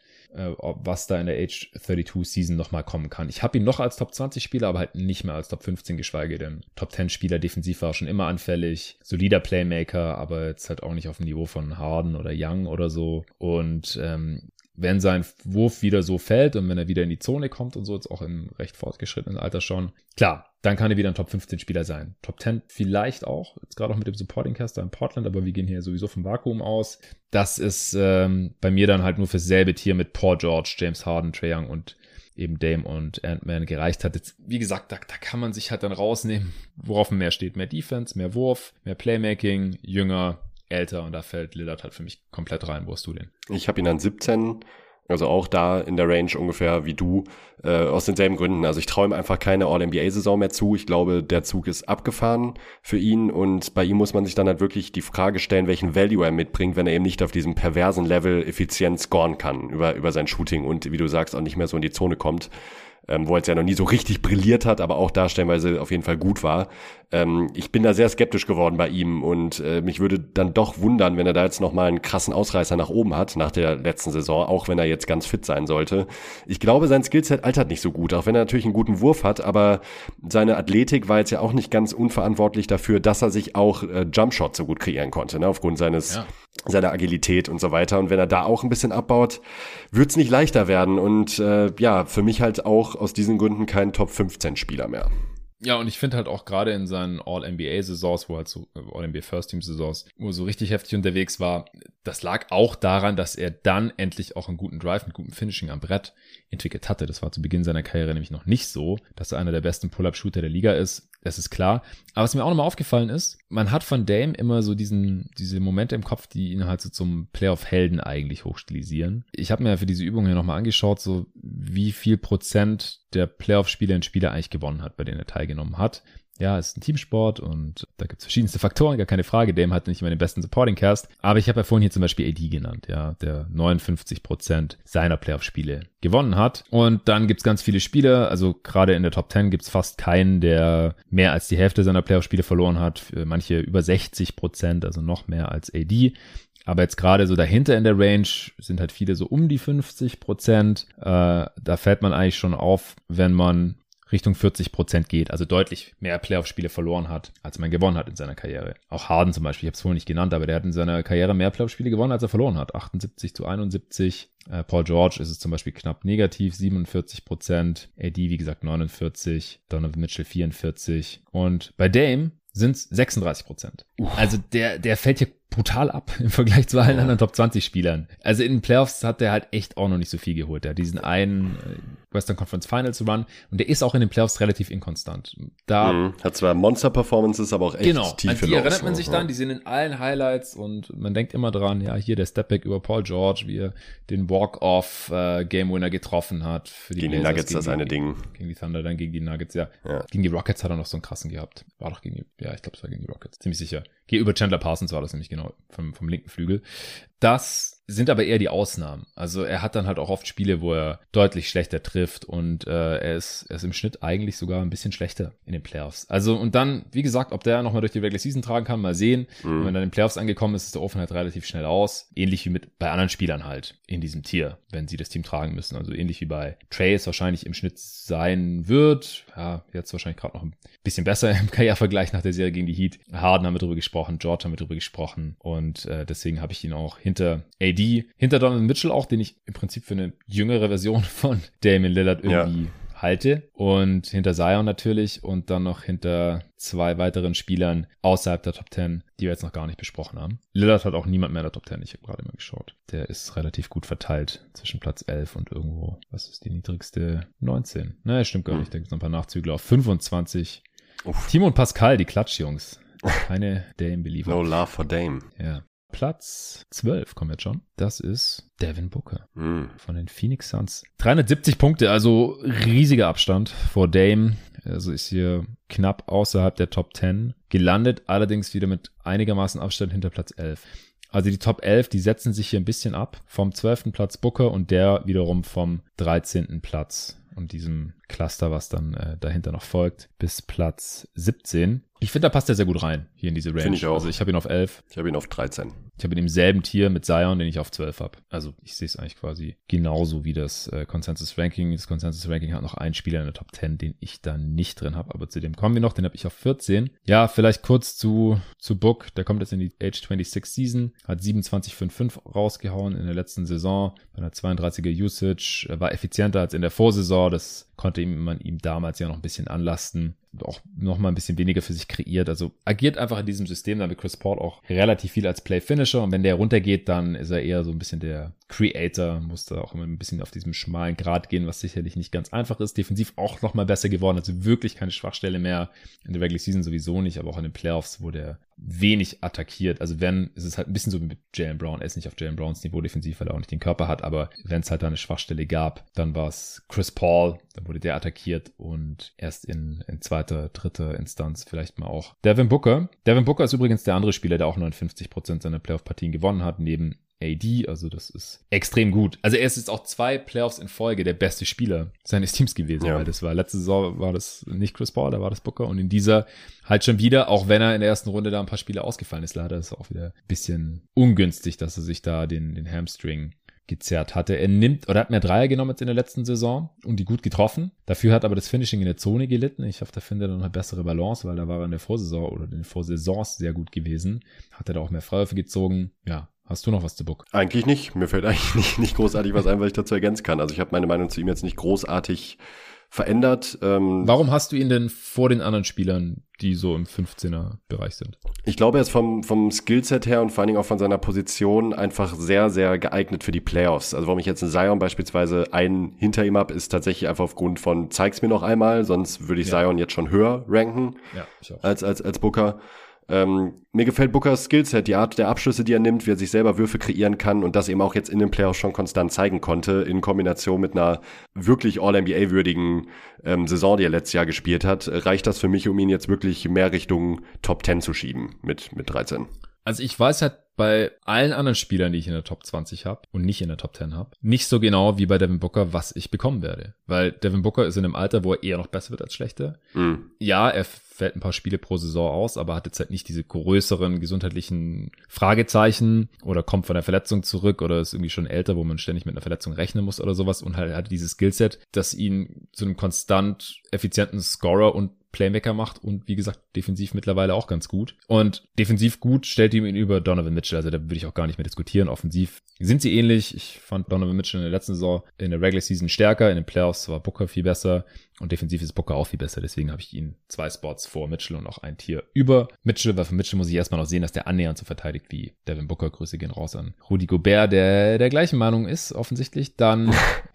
was da in der Age zweiunddreißig Season nochmal kommen kann. Ich habe ihn noch als Top zwanzig Spieler, aber halt nicht mehr als Top fünfzehn, geschweige denn Top zehn Spieler. Defensiv war er schon immer anfällig, solider Playmaker, aber jetzt halt auch nicht auf dem Niveau von Harden oder Young oder so. Und ähm, wenn sein Wurf wieder so fällt und wenn er wieder in die Zone kommt und so, jetzt auch im recht fortgeschrittenen Alter schon, klar, dann kann er wieder ein Top fünfzehn Spieler sein. Top zehn vielleicht auch, jetzt gerade auch mit dem Supporting Caster in Portland, aber wir gehen hier sowieso vom Vakuum aus. Das ist ähm, bei mir dann halt nur fürs selbe Tier mit Paul George, James Harden, Trae Young und eben Dame und Ant-Man gereicht hat. Jetzt, wie gesagt, da, da kann man sich halt dann rausnehmen, worauf mehr steht. Mehr Defense, mehr Wurf, mehr Playmaking, jünger, älter, und da fällt Lillard halt für mich komplett rein. Wo hast du den? Ich habe ihn an siebzehn, also auch da in der Range ungefähr wie du, äh, aus denselben Gründen. Also ich traue ihm einfach keine All N B A-Saison mehr zu. Ich glaube, der Zug ist abgefahren für ihn, und bei ihm muss man sich dann halt wirklich die Frage stellen, welchen Value er mitbringt, wenn er eben nicht auf diesem perversen Level effizient scoren kann über, über sein Shooting und, wie du sagst, auch nicht mehr so in die Zone kommt. Ähm, wo er jetzt ja noch nie so richtig brilliert hat, aber auch da stellenweise auf jeden Fall gut war. Ähm, ich bin da sehr skeptisch geworden bei ihm, und äh, mich würde dann doch wundern, wenn er da jetzt nochmal einen krassen Ausreißer nach oben hat nach der letzten Saison, auch wenn er jetzt ganz fit sein sollte. Ich glaube, sein Skillset altert nicht so gut, auch wenn er natürlich einen guten Wurf hat, aber seine Athletik war jetzt ja auch nicht ganz unverantwortlich dafür, dass er sich auch äh, Jumpshot so gut kreieren konnte, ne, aufgrund seines ja. seiner Agilität und so weiter. Und wenn er da auch ein bisschen abbaut, wird's nicht leichter werden. Und äh, ja, für mich halt auch aus diesen Gründen kein Top fünfzehn Spieler mehr. Ja, und ich finde halt auch gerade in seinen All-N B A-Saisons, wo halt so All-N B A First-Team-Saisons, wo er so richtig heftig unterwegs war, das lag auch daran, dass er dann endlich auch einen guten Drive mit gutem Finishing am Brett entwickelt hatte. Das war zu Beginn seiner Karriere nämlich noch nicht so, dass er einer der besten Pull-Up-Shooter der Liga ist. Das ist klar. Aber was mir auch nochmal aufgefallen ist, man hat von Dame immer so diesen diese Momente im Kopf, die ihn halt so zum Playoff-Helden eigentlich hochstilisieren. Ich habe mir ja für diese Übung hier nochmal angeschaut, so wie viel Prozent der Playoff-Spiele ein Spieler eigentlich gewonnen hat, bei denen er teilgenommen hat. Ja, es ist ein Teamsport und da gibt es verschiedenste Faktoren, gar keine Frage. Dame hat nicht immer den besten Supporting Cast. Aber ich habe ja vorhin hier zum Beispiel A D genannt, ja, der neunundfünfzig Prozent seiner Playoff-Spiele gewonnen hat. Und dann gibt's ganz viele Spieler, also gerade in der Top zehn gibt's fast keinen, der mehr als die Hälfte seiner Playoff-Spiele verloren hat. Manche über sechzig Prozent, also noch mehr als A D. Aber jetzt gerade so dahinter in der Range sind halt viele so um die fünfzig Prozent. Äh, da fällt man eigentlich schon auf, wenn man Richtung vierzig Prozent geht, also deutlich mehr Playoff-Spiele verloren hat, als man gewonnen hat in seiner Karriere. Auch Harden zum Beispiel, ich habe es vorhin nicht genannt, aber der hat in seiner Karriere mehr Playoff-Spiele gewonnen, als er verloren hat. achtundsiebzig zu einundsiebzig. Äh, Paul George ist es zum Beispiel knapp negativ, siebenundvierzig Prozent. A D, wie gesagt, neunundvierzig. Donovan Mitchell vierundvierzig. Und bei Dame sind es sechsunddreißig Prozent. Also der, der fällt hier brutal ab im Vergleich zu allen ja. anderen Top zwanzig Spielern. Also in den Playoffs hat der halt echt auch noch nicht so viel geholt. Der hat diesen einen Western Conference Finals Run und der ist auch in den Playoffs relativ inkonstant. Da mhm. Hat zwar Monster-Performances, aber auch echt genau, tiefe an die Lows. erinnert man sich ja. dann, die sind in allen Highlights und man denkt immer dran, ja, hier der Stepback über Paul George, wie er den Walk-Off-Game-Winner getroffen hat. Für die gegen Blazers, die Nuggets gegen das die, eine Ding. Gegen die Thunder, dann gegen die Nuggets, ja. ja. Gegen die Rockets hat er noch so einen krassen gehabt. War doch gegen die, ja, ich glaube, es war gegen die Rockets. Ziemlich sicher. Geh über Chandler Parsons war das nämlich genau, vom, vom linken Flügel. Das sind aber eher die Ausnahmen. Also er hat dann halt auch oft Spiele, wo er deutlich schlechter trifft und äh, er ist er ist im Schnitt eigentlich sogar ein bisschen schlechter in den Playoffs. Also und dann, wie gesagt, ob der nochmal durch die Regular Season tragen kann, mal sehen. Mhm. Wenn er dann in den Playoffs angekommen ist, ist der Ofen halt relativ schnell aus. Ähnlich wie mit bei anderen Spielern halt in diesem Tier, wenn sie das Team tragen müssen. Also ähnlich wie bei Trey es wahrscheinlich im Schnitt sein wird. Ja, jetzt wahrscheinlich gerade noch ein bisschen besser im Karrierevergleich nach der Serie gegen die Heat. Harden haben wir drüber gesprochen, George haben wir drüber gesprochen und äh, deswegen habe ich ihn auch hinter A D, hinter Donovan Mitchell auch, den ich im Prinzip für eine jüngere Version von Damian Lillard irgendwie ja. halte und hinter Zion natürlich und dann noch hinter zwei weiteren Spielern außerhalb der Top zehn, die wir jetzt noch gar nicht besprochen haben. Lillard hat auch niemand mehr in der Top zehn, ich habe gerade mal geschaut. Der ist relativ gut verteilt zwischen Platz elf und irgendwo, was ist die niedrigste? neunzehn. Naja, stimmt gar nicht, da gibt es noch ein paar Nachzügler auf fünfundzwanzig. Uff. Timo und Pascal, die Klatschjungs. Keine Dame-Believer. No love for Dame. Ja. Platz zwölf kommen jetzt schon. Das ist Devin Booker mm. von den Phoenix Suns. dreihundertsiebzig Punkte, also riesiger Abstand vor Dame. Also ist hier knapp außerhalb der Top zehn gelandet, allerdings wieder mit einigermaßen Abstand hinter Platz elf. Also die Top elf, die setzen sich hier ein bisschen ab. Vom zwölften Platz Booker und der wiederum vom dreizehnten Platz. Und diesem Cluster, was dann äh, dahinter noch folgt, bis Platz siebzehn. Ich finde, da passt er sehr gut rein, hier in diese Range. Finde ich auch. Also ich habe ihn auf elf. Ich habe ihn auf dreizehn. Ich habe ihn im selben Tier mit Zion, den ich auf zwölf habe. Also ich sehe es eigentlich quasi genauso wie das äh, Consensus Ranking. Das Consensus Ranking hat noch einen Spieler in der Top zehn, den ich da nicht drin habe. Aber zu dem kommen wir noch, den habe ich auf vierzehn. Ja, vielleicht kurz zu zu Book. Der kommt jetzt in die Age sechsundzwanzig Season, hat siebenundzwanzig Komma fünfundfünfzig rausgehauen in der letzten Saison. Bei einer zweiunddreißiger Usage, war effizienter als in der Vorsaison. Das konnte ihm, man ihm damals ja noch ein bisschen anlasten. Auch noch mal ein bisschen weniger für sich kreiert. Also agiert einfach in diesem System, dann mit Chris Paul auch relativ viel als Play-Finisher. Und wenn der runtergeht, dann ist er eher so ein bisschen der Creator. Musste auch immer ein bisschen auf diesem schmalen Grat gehen, was sicherlich nicht ganz einfach ist. Defensiv auch noch mal besser geworden. Also wirklich keine Schwachstelle mehr. In der Regular Season sowieso nicht, aber auch in den Playoffs, wo der wenig attackiert. Also wenn, ist es halt ein bisschen so wie mit Jaylen Brown. Er ist nicht auf Jaylen Browns Niveau defensiv, weil er auch nicht den Körper hat. Aber wenn es halt da eine Schwachstelle gab, dann war es Chris Paul. Dann wurde der attackiert und erst in, in zweiter, dritter Instanz vielleicht mal auch Devin Booker. Devin Booker ist übrigens der andere Spieler, der auch neunundfünfzig Prozent seiner Playoff-Partien gewonnen hat, neben A D, also das ist extrem gut. Also er ist jetzt auch zwei Playoffs in Folge der beste Spieler seines Teams gewesen, ja. Weil das war, letzte Saison war das nicht Chris Paul, da war das Booker und in dieser halt schon wieder, auch wenn er in der ersten Runde da ein paar Spiele ausgefallen ist, leider ist es auch wieder ein bisschen ungünstig, dass er sich da den, den Hamstring gezerrt hatte. Er nimmt, oder hat mehr Dreier genommen jetzt in der letzten Saison und die gut getroffen. Dafür hat aber das Finishing in der Zone gelitten. Ich hoffe, da findet er noch eine bessere Balance, weil da war er in der Vorsaison oder in den Vorsaisons sehr gut gewesen. Hat er da auch mehr Freiwürfe gezogen. Ja. Hast du noch was zu Book? Eigentlich nicht. Mir fällt eigentlich nicht, nicht großartig was ein, was ich dazu ergänzen kann. Also ich habe meine Meinung zu ihm jetzt nicht großartig verändert. Ähm, Warum hast du ihn denn vor den anderen Spielern, die so im fünfzehner-Bereich sind? Ich glaube, er ist vom, vom Skillset her und vor allen Dingen auch von seiner Position einfach sehr, sehr geeignet für die Playoffs. Also warum ich jetzt einen Zion beispielsweise einen hinter ihm habe, ist tatsächlich einfach aufgrund von, zeig's mir noch einmal, sonst würde ich ja. Zion jetzt schon höher ranken ja, ich auch. als, als, als Booker. Ähm, mir gefällt Bookers Skillset, die Art der Abschlüsse, die er nimmt, wie er sich selber Würfe kreieren kann und das eben auch jetzt in den Playoffs schon konstant zeigen konnte, in Kombination mit einer wirklich All-N B A-würdigen ähm, Saison, die er letztes Jahr gespielt hat, reicht das für mich, um ihn jetzt wirklich mehr Richtung Top zehn zu schieben mit, mit dreizehn. Also ich weiß halt bei allen anderen Spielern, die ich in der Top zwanzig habe und nicht in der Top zehn habe, nicht so genau wie bei Devin Booker, was ich bekommen werde. Weil Devin Booker ist in einem Alter, wo er eher noch besser wird als schlechter. Mhm. Ja, er fällt ein paar Spiele pro Saison aus, aber hat jetzt halt nicht diese größeren gesundheitlichen Fragezeichen oder kommt von der Verletzung zurück oder ist irgendwie schon älter, wo man ständig mit einer Verletzung rechnen muss oder sowas und halt hat dieses Skillset, das ihn zu einem konstant effizienten Scorer und Playmaker macht und wie gesagt, defensiv mittlerweile auch ganz gut. Und defensiv gut stellt ihm ihn über Donovan Mitchell, also da würde ich auch gar nicht mehr diskutieren. Offensiv sind sie ähnlich. Ich fand Donovan Mitchell in der letzten Saison in der Regular Season stärker, in den Playoffs war Booker viel besser und defensiv ist Booker auch viel besser. Deswegen habe ich ihn zwei Spots vor Mitchell und auch ein Tier über Mitchell, weil von Mitchell muss ich erstmal noch sehen, dass der annähernd so verteidigt wie Devin Booker. Grüße gehen raus an Rudy Gobert, der der gleichen Meinung ist, offensichtlich. Dann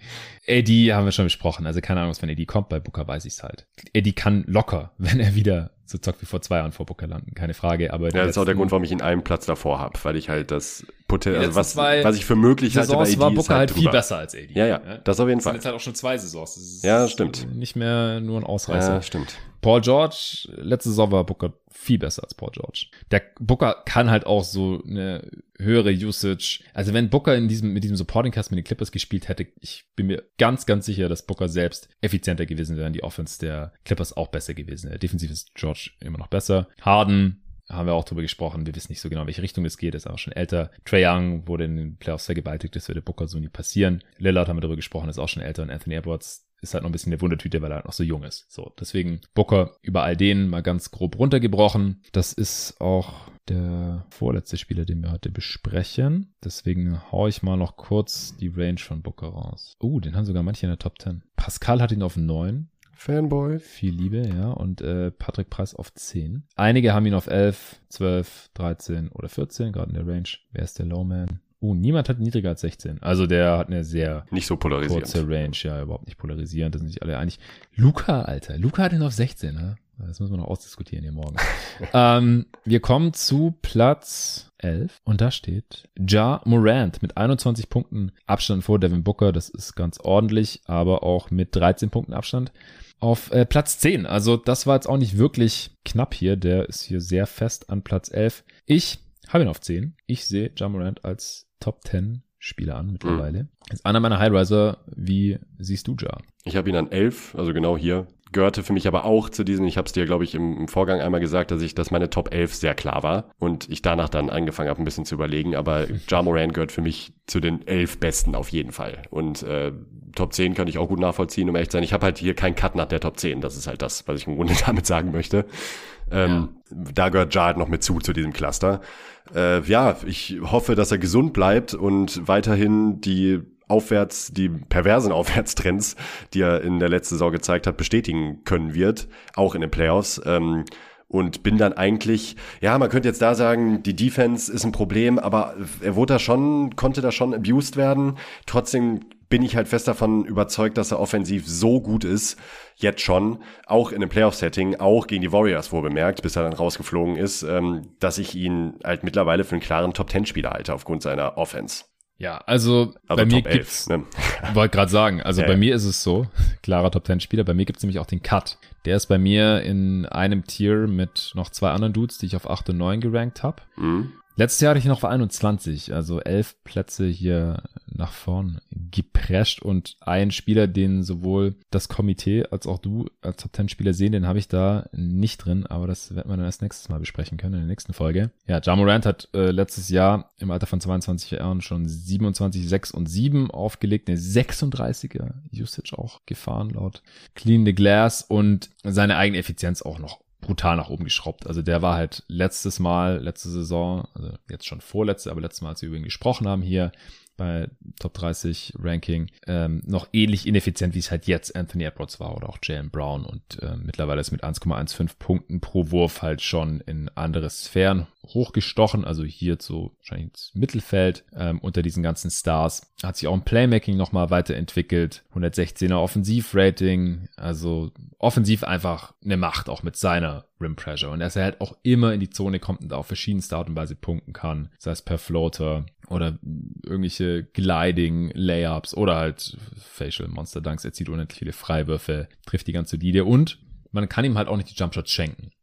A D haben wir schon besprochen. Also keine Ahnung, was von A D kommt. Bei Booker weiß ich es halt. A D kann locker, wenn er wieder so zockt wie vor zwei Jahren vor Booker landen. Keine Frage. Aber ja, das ist auch der Grund, warum ich ihn einen Platz davor habe, weil ich halt das Potenzial, also was, was ich für möglich halte bei A D war Booker halt, halt viel besser als A D. Ja, ja, das auf jeden Fall. Das sind jetzt halt auch schon zwei Saisons. Das ist ja, stimmt. Nicht mehr nur ein Ausreißer. Ja, stimmt. Paul George, letzte Saison war Booker viel besser als Paul George. Der Booker kann halt auch so eine höhere Usage. Also wenn Booker in diesem, mit diesem Supporting Cast mit den Clippers gespielt hätte, ich bin mir ganz, ganz sicher, dass Booker selbst effizienter gewesen wäre, die Offense der Clippers auch besser gewesen wäre. Defensiv ist George immer noch besser. Harden, haben wir auch drüber gesprochen. Wir wissen nicht so genau, in welche Richtung das geht. Ist auch schon älter. Trae Young wurde in den Playoffs vergewaltigt. Das würde Booker so nie passieren. Lillard haben wir darüber gesprochen, ist auch schon älter. Und Anthony Edwards ist halt noch ein bisschen eine Wundertüte, weil er halt noch so jung ist. So, deswegen Booker über all denen mal ganz grob runtergebrochen. Das ist auch der vorletzte Spieler, den wir heute besprechen. Deswegen hau ich mal noch kurz die Range von Booker raus. Oh, den haben sogar manche in der Top zehn. Pascal hat ihn auf neun. Fanboy. Viel Liebe, ja. Und äh, Patrick Price auf zehn. Einige haben ihn auf elf, zwölf, dreizehn oder vierzehn, gerade in der Range. Wer ist der Lowman? Oh, niemand hat niedriger als sechzehn. Also der hat eine sehr nicht so polarisierend. Kurze Range, ja, überhaupt nicht polarisierend. Da sind sich alle einig. Luka, Alter. Luka hat ihn auf sechzehn, ne? Das müssen wir noch ausdiskutieren hier morgen. ähm, wir kommen zu Platz elf und da steht Ja Morant mit einundzwanzig Punkten Abstand vor Devin Booker. Das ist ganz ordentlich, aber auch mit dreizehn Punkten Abstand auf äh, Platz zehn. Also das war jetzt auch nicht wirklich knapp hier. Der ist hier sehr fest an Platz elf. Ich habe ihn auf zehn. Ich sehe Ja Morant als Top zehn Spieler an mittlerweile. Mhm. Ist einer meiner Highriser. Wie siehst du Ja? Ich habe ihn an elf, also genau hier. Gehörte für mich aber auch zu diesen, ich habe es dir, glaube ich, im, im Vorgang einmal gesagt, dass ich, dass meine Top elf sehr klar war und ich danach dann angefangen habe, ein bisschen zu überlegen, aber Ja Morant gehört für mich zu den elf Besten auf jeden Fall und äh, Top zehn kann ich auch gut nachvollziehen, um ehrlich zu sein. Ich habe halt hier keinen Cut nach der Top zehn, das ist halt das, was ich im Grunde damit sagen möchte. Ähm, ja. Da gehört Ja halt noch mit zu, zu diesem Cluster. Äh, ja, ich hoffe, dass er gesund bleibt und weiterhin die Aufwärts, die perversen Aufwärtstrends, die er in der letzten Saison gezeigt hat, bestätigen können wird, auch in den Playoffs. Ähm, und bin dann eigentlich, ja, man könnte jetzt da sagen, die Defense ist ein Problem, aber er wurde da schon, konnte da schon abused werden. Trotzdem bin ich halt fest davon überzeugt, dass er offensiv so gut ist, jetzt schon, auch in einem Playoff-Setting, auch gegen die Warriors wohlbemerkt, bis er dann rausgeflogen ist, ähm, dass ich ihn halt mittlerweile für einen klaren Top-Zehn-Spieler halte aufgrund seiner Offense. Ja, also, also bei mir gibt's, ne? Wollte gerade sagen, also ja, bei ja. mir ist es so, klarer Top zehn Spieler, bei mir gibt's nämlich auch den Cut. Der ist bei mir in einem Tier mit noch zwei anderen Dudes, die ich auf acht und neun gerankt habe. Mhm. Letztes Jahr hatte ich noch auf einundzwanzig, also elf Plätze hier nach vorn geprescht und ein Spieler, den sowohl das Komitee als auch du als Top zehn Spieler sehen, den habe ich da nicht drin, aber das werden wir dann erst nächstes Mal besprechen können in der nächsten Folge. Ja, Ja Morant hat äh, letztes Jahr im Alter von zweiundzwanzig Jahren schon siebenundzwanzig, sechs und sieben aufgelegt, eine sechsunddreißiger Usage auch gefahren laut Clean the Glass und seine eigene Effizienz auch noch brutal nach oben geschraubt. Also der war halt letztes Mal, letzte Saison, also jetzt schon vorletzte, aber letztes Mal, als wir über ihn gesprochen haben hier bei Top dreißig Ranking, ähm, noch ähnlich ineffizient, wie es halt jetzt Anthony Edwards war oder auch Jaylen Brown und äh, mittlerweile ist mit eins Komma fünfzehn Punkten pro Wurf halt schon in andere Sphären hochgestochen, also hier so wahrscheinlich ins Mittelfeld ähm, unter diesen ganzen Stars. Hat sich auch im Playmaking nochmal weiterentwickelt, hundertsechzehner Offensivrating, also offensiv einfach eine Macht, auch mit seiner Rim Pressure und dass er halt auch immer in die Zone kommt und auf verschiedenste Art und Weise punkten kann, sei es per Floater oder irgendwelche Gliding, Layups oder halt Facial Monster Dunks. Er zieht unendlich viele Freiwürfe, trifft die ganze Linie und man kann ihm halt auch nicht die Jumpshots schenken.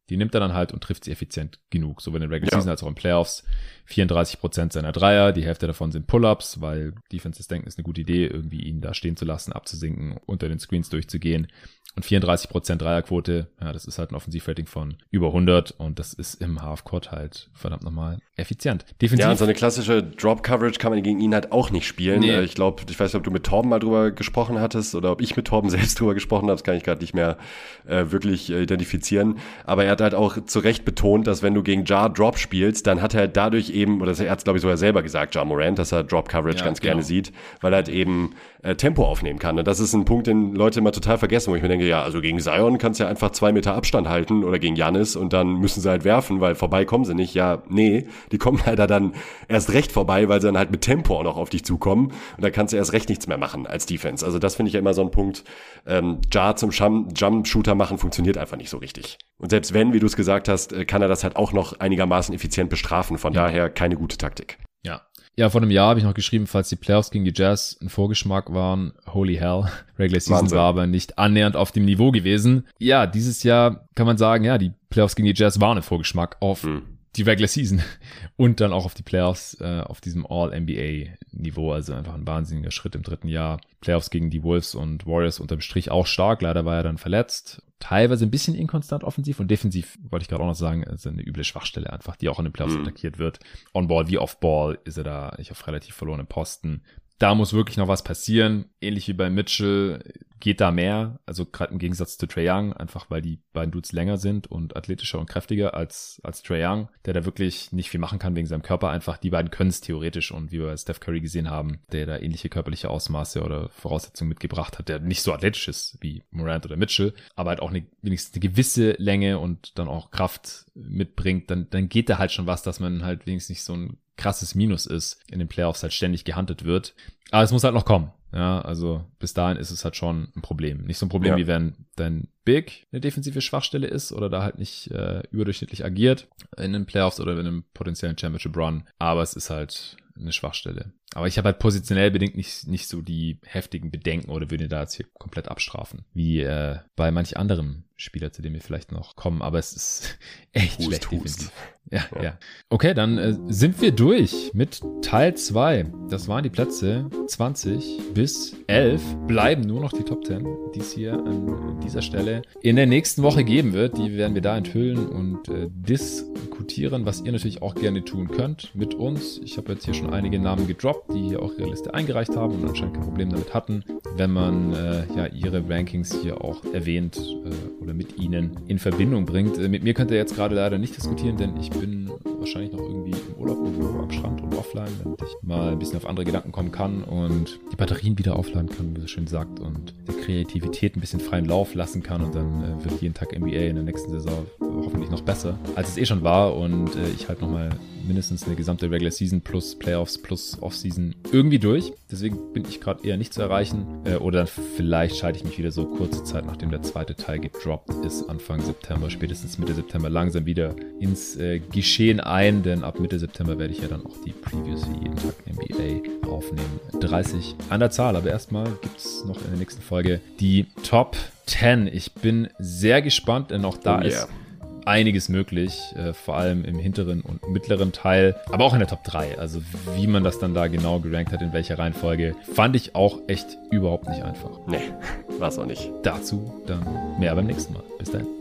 die nimmt er dann halt und trifft sie effizient genug. Sowohl in der Regular Season als auch in Playoffs. vierunddreißig Prozent seiner Dreier, die Hälfte davon sind Pull-Ups, weil Defenses denken, ist eine gute Idee, irgendwie ihn da stehen zu lassen, abzusinken, unter den Screens durchzugehen. Und vierunddreißig Prozent Dreierquote, ja, das ist halt ein Offensivrating von über hundert und das ist im Halfcourt halt verdammt nochmal effizient. Defensiv. Ja, und so eine klassische Drop-Coverage kann man gegen ihn halt auch nicht spielen. Nee. Ich glaube, ich weiß nicht, ob du mit Torben mal drüber gesprochen hattest oder ob ich mit Torben selbst drüber gesprochen habe, das kann ich gerade nicht mehr äh, wirklich äh, identifizieren. Aber er hat halt auch zu Recht betont, dass wenn du gegen Ja Drop spielst, dann hat er dadurch eben, oder er hat es glaube ich sogar selber gesagt, Ja Morant, dass er Drop-Coverage ja, ganz genau. gerne sieht, weil er halt eben äh, Tempo aufnehmen kann. Und das ist ein Punkt, den Leute immer total vergessen, wo ich mir denke, ja, also gegen Zion kannst du ja einfach zwei Meter Abstand halten oder gegen Giannis und dann müssen sie halt werfen, weil vorbei kommen sie nicht. Ja, nee, die kommen leider dann erst recht vorbei, weil sie dann halt mit Tempo auch noch auf dich zukommen und da kannst du erst recht nichts mehr machen als Defense. Also das finde ich ja immer so ein Punkt, ähm, Ja zum Jump-Shooter machen funktioniert einfach nicht so richtig. Und selbst wenn, wie du es gesagt hast, kann er das halt auch noch einigermaßen effizient bestrafen. Von ja. daher keine gute Taktik. Ja. Ja, vor einem Jahr habe ich noch geschrieben, falls die Playoffs gegen die Jazz ein Vorgeschmack waren, holy hell, Regular Season Wahnsinn. War aber nicht annähernd auf dem Niveau gewesen. Ja, dieses Jahr kann man sagen, ja, die Playoffs gegen die Jazz waren ein Vorgeschmack auf hm. die Regular Season und dann auch auf die Playoffs äh, auf diesem All-N B A-Niveau, also einfach ein wahnsinniger Schritt im dritten Jahr. Playoffs gegen die Wolves und Warriors unterm Strich auch stark, leider war er dann verletzt. Teilweise ein bisschen inkonstant offensiv und defensiv, wollte ich gerade auch noch sagen, ist eine üble Schwachstelle einfach, die auch in den Playoffs mhm. attackiert wird. On-Ball wie Off-Ball ist er da, ich auf relativ verlorenen Posten. Da muss wirklich noch was passieren. Ähnlich wie bei Mitchell geht da mehr. Also gerade im Gegensatz zu Trae Young, einfach weil die beiden Dudes länger sind und athletischer und kräftiger als als Trae Young, der da wirklich nicht viel machen kann wegen seinem Körper. Einfach die beiden können es theoretisch und wie wir bei Steph Curry gesehen haben, der da ähnliche körperliche Ausmaße oder Voraussetzungen mitgebracht hat, der nicht so athletisch ist wie Morant oder Mitchell, aber halt auch eine, wenigstens eine gewisse Länge und dann auch Kraft mitbringt, dann dann geht da halt schon was, dass man halt wenigstens nicht so ein krasses Minus ist, in den Playoffs halt ständig gehandelt wird. Aber es muss halt noch kommen. Ja, also bis dahin ist es halt schon ein Problem. Nicht so ein Problem, ja. wie wenn dein Big eine defensive Schwachstelle ist oder da halt nicht äh, überdurchschnittlich agiert in den Playoffs oder in einem potenziellen Championship Run. Aber es ist halt eine Schwachstelle. Aber ich habe halt positionell bedingt nicht nicht so die heftigen Bedenken oder würde da jetzt hier komplett abstrafen, wie äh, bei manch anderem Spieler, zu dem wir vielleicht noch kommen. Aber es ist echt Hust, schlecht Hust. defensiv. Ja, ja, ja. Okay, dann äh, sind wir durch mit Teil zwei. Das waren die Plätze zwanzig bis elf. Bleiben nur noch die Top zehn, die es hier an dieser Stelle in der nächsten Woche geben wird. Die werden wir da enthüllen und äh, diskutieren, was ihr natürlich auch gerne tun könnt mit uns. Ich habe jetzt hier schon einige Namen gedroppt, die hier auch ihre Liste eingereicht haben und anscheinend kein Problem damit hatten, wenn man äh, ja ihre Rankings hier auch erwähnt äh, oder mit ihnen in Verbindung bringt. Äh, mit mir könnt ihr jetzt gerade leider nicht diskutieren, denn ich bin wahrscheinlich noch irgendwie im Urlaub irgendwo am Strand und offline, damit ich mal ein bisschen auf andere Gedanken kommen kann und die Batterien wieder aufladen kann, wie es schön sagt, und der Kreativität ein bisschen freien Lauf lassen kann und dann äh, wird jeden Tag N B A in der nächsten Saison hoffentlich noch besser, als es eh schon war und äh, ich halt nochmal mindestens eine gesamte Regular Season plus Playoffs plus Offseason irgendwie durch. Deswegen bin ich gerade eher nicht zu erreichen äh, oder vielleicht schalte ich mich wieder so kurze Zeit, nachdem der zweite Teil gedroppt ist, Anfang September, spätestens Mitte September langsam wieder ins äh, Geschehen ein, denn ab Mitte September werde ich ja dann auch die Previews wie jeden Tag N B A aufnehmen. dreißig an der Zahl, aber erstmal gibt es noch in der nächsten Folge die Top zehn. Ich bin sehr gespannt, denn auch da oh, yeah. ist einiges möglich, äh, vor allem im hinteren und mittleren Teil, aber auch in der Top drei. Also wie man das dann da genau gerankt hat, in welcher Reihenfolge, fand ich auch echt überhaupt nicht einfach. Nee, war es auch nicht. Dazu dann mehr beim nächsten Mal. Bis dahin.